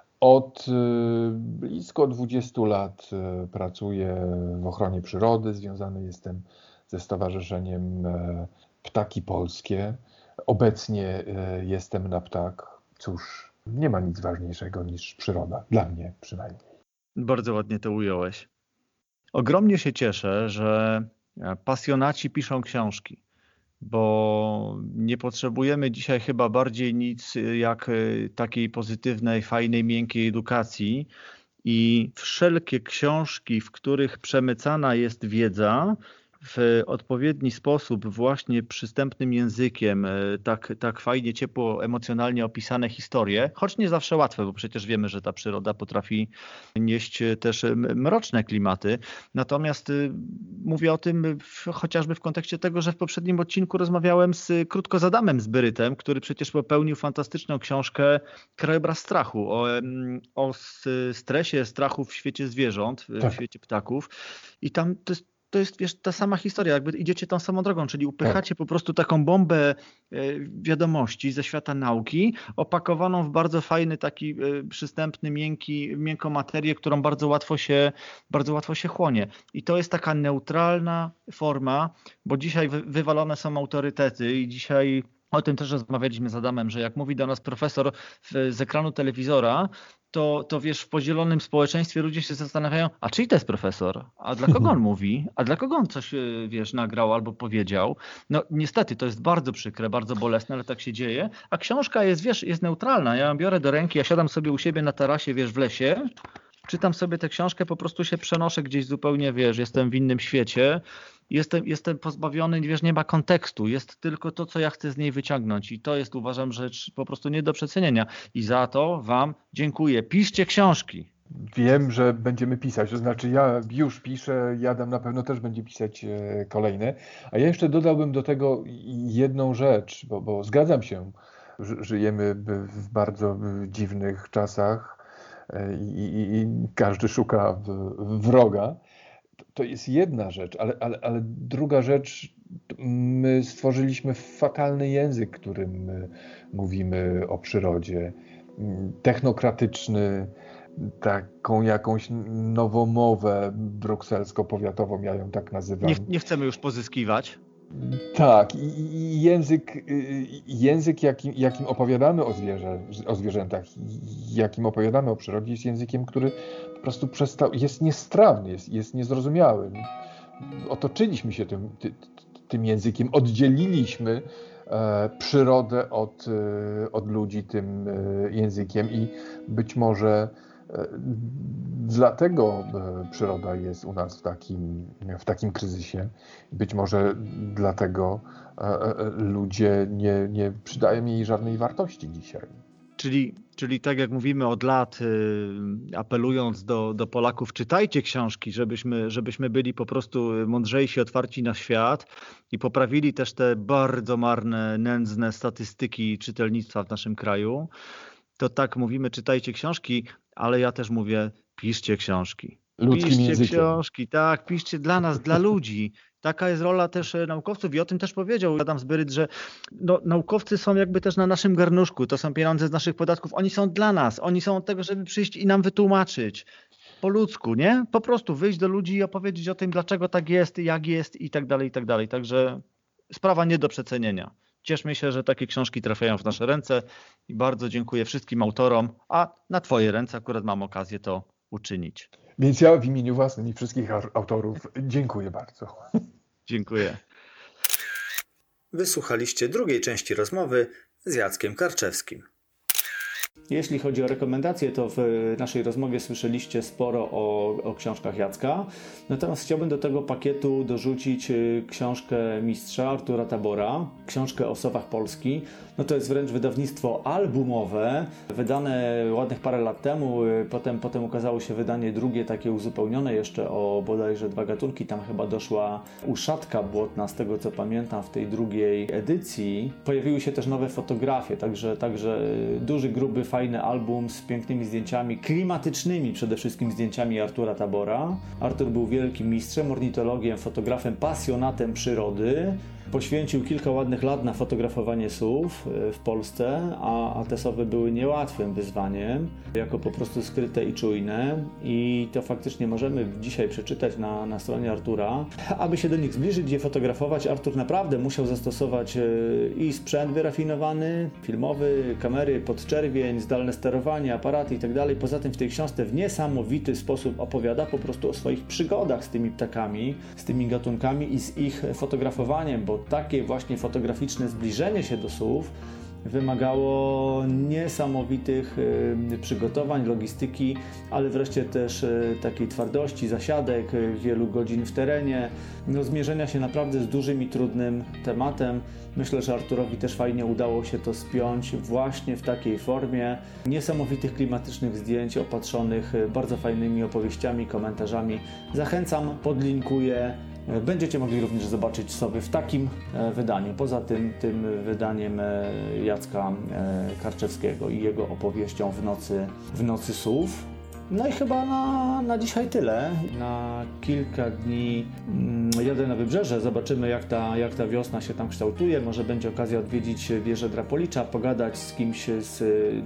Od e, blisko dwudziestu lat e, pracuję w ochronie przyrody. Związany jestem ze Stowarzyszeniem e, Ptaki Polskie. Obecnie e, jestem na ptak. Cóż, nie ma nic ważniejszego niż przyroda, dla mnie przynajmniej. Bardzo ładnie to ująłeś. Ogromnie się cieszę, że pasjonaci piszą książki, bo nie potrzebujemy dzisiaj chyba bardziej nic jak takiej pozytywnej, fajnej, miękkiej edukacji i wszelkie książki, w których przemycana jest wiedza, w odpowiedni sposób, właśnie przystępnym językiem, tak, tak fajnie, ciepło, emocjonalnie opisane historie, choć nie zawsze łatwe, bo przecież wiemy, że ta przyroda potrafi nieść też mroczne klimaty. Natomiast mówię o tym w, chociażby w kontekście tego, że w poprzednim odcinku rozmawiałem z krótko z Adamem Zbyrytem, który przecież popełnił fantastyczną książkę Krajobraz strachu o, o stresie, strachu w świecie zwierząt, tak. w świecie ptaków. I tam to jest To jest, wiesz, ta sama historia, jakby idziecie tą samą drogą, czyli upychacie tak. po prostu taką bombę wiadomości ze świata nauki, opakowaną w bardzo fajny, taki przystępny, miękki, miękką materię, którą bardzo łatwo się, bardzo łatwo się chłonie. I to jest taka neutralna forma, bo dzisiaj wywalone są autorytety i dzisiaj o tym też rozmawialiśmy z Adamem, że jak mówi do nas profesor z ekranu telewizora, to, to wiesz, w podzielonym społeczeństwie ludzie się zastanawiają, a czyj to jest profesor? A dla kogo on mówi? A dla kogo on coś, wiesz, nagrał albo powiedział? No niestety, to jest bardzo przykre, bardzo bolesne, ale tak się dzieje. A książka jest, wiesz, jest neutralna. Ja ją biorę do ręki, ja siadam sobie u siebie na tarasie, wiesz, w lesie, czytam sobie tę książkę, po prostu się przenoszę gdzieś zupełnie, wiesz, jestem w innym świecie. Jestem, jestem pozbawiony, wiesz, nie ma kontekstu, jest tylko to, co ja chcę z niej wyciągnąć i to jest, uważam, rzecz po prostu nie do przecenienia i za to wam dziękuję. Piszcie książki. Wiem, że będziemy pisać, to znaczy ja już piszę, Adam na pewno też będzie pisać kolejne, a ja jeszcze dodałbym do tego jedną rzecz, bo, bo zgadzam się, że żyjemy w bardzo dziwnych czasach i, i, i każdy szuka wroga. To jest jedna rzecz, ale, ale, ale druga rzecz, my stworzyliśmy fatalny język, którym mówimy o przyrodzie, technokratyczny, taką jakąś nowomowę brukselsko-powiatową, ja ją tak nazywam. Nie, nie chcemy już pozyskiwać. Tak, i, i język, język jakim, jakim opowiadamy o, zwierzę, o zwierzętach, jakim opowiadamy o przyrodzie, jest językiem, który po prostu przestał, jest niestrawny, jest, jest niezrozumiały. Otoczyliśmy się tym, ty, tym językiem, oddzieliliśmy e, przyrodę od, e, od ludzi tym e, językiem i być może e, dlatego e, przyroda jest u nas w takim, w takim kryzysie. Być może dlatego e, e, ludzie nie, nie przydają jej żadnej wartości dzisiaj. Czyli, czyli tak jak mówimy od lat, y, apelując do, do Polaków, czytajcie książki, żebyśmy, żebyśmy byli po prostu mądrzejsi, otwarci na świat i poprawili też te bardzo marne, nędzne statystyki czytelnictwa w naszym kraju. To tak mówimy, czytajcie książki, ale ja też mówię, piszcie książki. Ludzkim piszcie językiem. książki, tak, piszcie dla nas, dla ludzi. Taka jest rola też naukowców i o tym też powiedział Adam Zbyryt, że no, naukowcy są jakby też na naszym garnuszku, to są pieniądze z naszych podatków, oni są dla nas, oni są od tego, żeby przyjść i nam wytłumaczyć po ludzku, nie? Po prostu wyjść do ludzi i opowiedzieć o tym, dlaczego tak jest, jak jest i tak dalej, i tak dalej. Także sprawa nie do przecenienia. Cieszmy się, że takie książki trafiają w nasze ręce i bardzo dziękuję wszystkim autorom, a na twoje ręce akurat mam okazję to uczynić. Więc ja w imieniu własnym i wszystkich autorów dziękuję bardzo. Dziękuję. Wysłuchaliście drugiej części rozmowy z Jackiem Karczewskim. Jeśli chodzi o rekomendacje, to w naszej rozmowie słyszeliście sporo o, o książkach Jacka. Natomiast chciałbym do tego pakietu dorzucić książkę mistrza Artura Tabora, książkę o sowach Polski. No to jest wręcz wydawnictwo albumowe, wydane ładnych parę lat temu. Potem, potem ukazało się wydanie drugie, takie uzupełnione jeszcze o bodajże dwa gatunki. Tam chyba doszła uszatka błotna, z tego co pamiętam, w tej drugiej edycji. Pojawiły się też nowe fotografie, także, także duży, gruby, fajny album z pięknymi zdjęciami, klimatycznymi przede wszystkim zdjęciami Artura Tabora. Artur był wielkim mistrzem, ornitologiem, fotografem, pasjonatem przyrody. Poświęcił kilka ładnych lat na fotografowanie sów w Polsce, a, a te sowy były niełatwym wyzwaniem, jako po prostu skryte i czujne. I to faktycznie możemy dzisiaj przeczytać na, na stronie Artura. Aby się do nich zbliżyć, je fotografować, Artur naprawdę musiał zastosować i sprzęt wyrafinowany, filmowy, kamery, podczerwień, zdalne sterowanie, aparaty itd. Poza tym w tej książce w niesamowity sposób opowiada po prostu o swoich przygodach z tymi ptakami, z tymi gatunkami i z ich fotografowaniem, bo takie właśnie fotograficzne zbliżenie się do słów wymagało niesamowitych przygotowań, logistyki, ale wreszcie też takiej twardości, zasiadek, wielu godzin w terenie, no, zmierzenia się naprawdę z dużym i trudnym tematem. Myślę, że Arturowi też fajnie udało się to spiąć właśnie w takiej formie niesamowitych klimatycznych zdjęć opatrzonych bardzo fajnymi opowieściami, komentarzami. Zachęcam, podlinkuję. Będziecie mogli również zobaczyć sobie w takim wydaniu, poza tym, tym wydaniem Jacka Karczewskiego i jego opowieścią w nocy, w nocy słów. No i chyba na, na dzisiaj tyle. Na kilka dni jadę na Wybrzeże, zobaczymy jak ta, jak ta wiosna się tam kształtuje. Może będzie okazja odwiedzić wieżę Drapolicza, pogadać z kimś z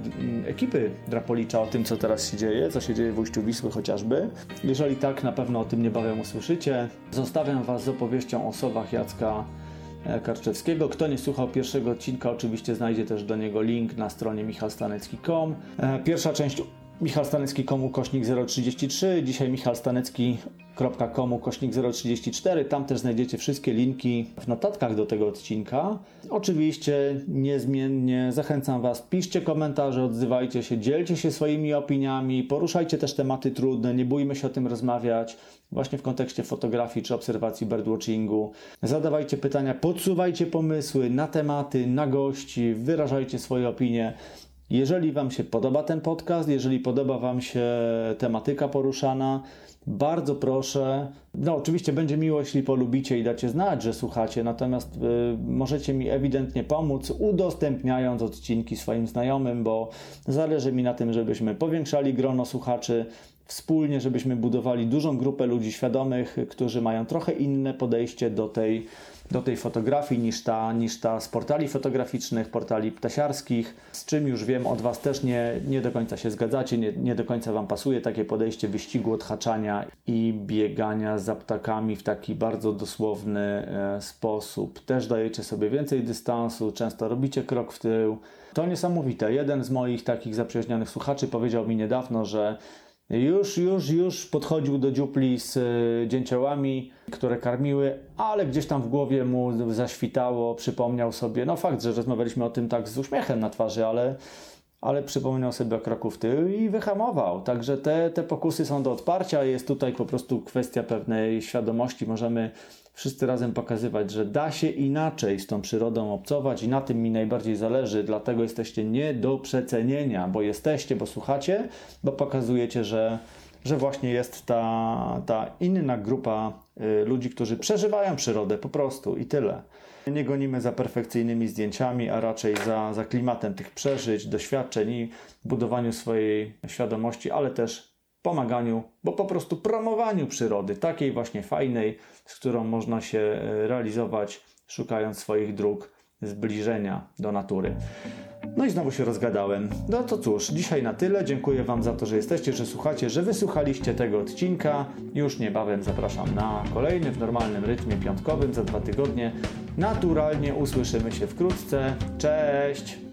ekipy Drapolicza o tym, co teraz się dzieje, co się dzieje w ujściu Wisły chociażby. Jeżeli tak, na pewno o tym niebawem usłyszycie. Zostawiam Was z opowieścią o sowach Jacka Karczewskiego. Kto nie słuchał pierwszego odcinka, oczywiście znajdzie też do niego link na stronie michał stanecki kropka com. Pierwsza część michał stanecki kropka com kośnik zero trzydzieści trzy, dzisiaj michał stanecki kropka com kośnik zero trzydzieści cztery. Tam też znajdziecie wszystkie linki w notatkach do tego odcinka. Oczywiście niezmiennie zachęcam Was, piszcie komentarze, odzywajcie się, dzielcie się swoimi opiniami, poruszajcie też tematy trudne, nie bójmy się o tym rozmawiać, właśnie w kontekście fotografii czy obserwacji birdwatchingu. Zadawajcie pytania, podsuwajcie pomysły na tematy, na gości, wyrażajcie swoje opinie. Jeżeli Wam się podoba ten podcast, jeżeli podoba Wam się tematyka poruszana, bardzo proszę, no oczywiście będzie miło, jeśli polubicie i dacie znać, że słuchacie, natomiast y, możecie mi ewidentnie pomóc, udostępniając odcinki swoim znajomym, bo zależy mi na tym, żebyśmy powiększali grono słuchaczy, wspólnie, żebyśmy budowali dużą grupę ludzi świadomych, którzy mają trochę inne podejście do tej, do tej fotografii niż ta, niż ta z portali fotograficznych, portali ptasiarskich, z czym już wiem od Was też nie, nie do końca się zgadzacie, nie, nie do końca Wam pasuje takie podejście wyścigu, odhaczania i biegania za ptakami w taki bardzo dosłowny e, sposób. Też dajecie sobie więcej dystansu, często robicie krok w tył. To niesamowite. Jeden z moich takich zaprzyjaźnionych słuchaczy powiedział mi niedawno, że Już, już, już podchodził do dziupli z y, dzięciołami, które karmiły, ale gdzieś tam w głowie mu zaświtało, przypomniał sobie, no fakt, że rozmawialiśmy o tym tak z uśmiechem na twarzy, ale, ale przypomniał sobie o kroku w tył i wyhamował. Także te, te pokusy są do odparcia, jest tutaj po prostu kwestia pewnej świadomości. Możemy wszyscy razem pokazywać, że da się inaczej z tą przyrodą obcować i na tym mi najbardziej zależy, dlatego jesteście nie do przecenienia, bo jesteście, bo słuchacie, bo pokazujecie, że, że właśnie jest ta, ta inna grupa y, ludzi, którzy przeżywają przyrodę po prostu i tyle. Nie gonimy za perfekcyjnymi zdjęciami, a raczej za, za klimatem tych przeżyć, doświadczeń i budowaniu swojej świadomości, ale też pomaganiu, bo po prostu promowaniu przyrody, takiej właśnie fajnej, z którą można się realizować, szukając swoich dróg zbliżenia do natury. No i znowu się rozgadałem. No to cóż, dzisiaj na tyle. Dziękuję Wam za to, że jesteście, że słuchacie, że wysłuchaliście tego odcinka. Już niebawem zapraszam na kolejny w normalnym rytmie piątkowym za dwa tygodnie. Naturalnie usłyszymy się wkrótce. Cześć!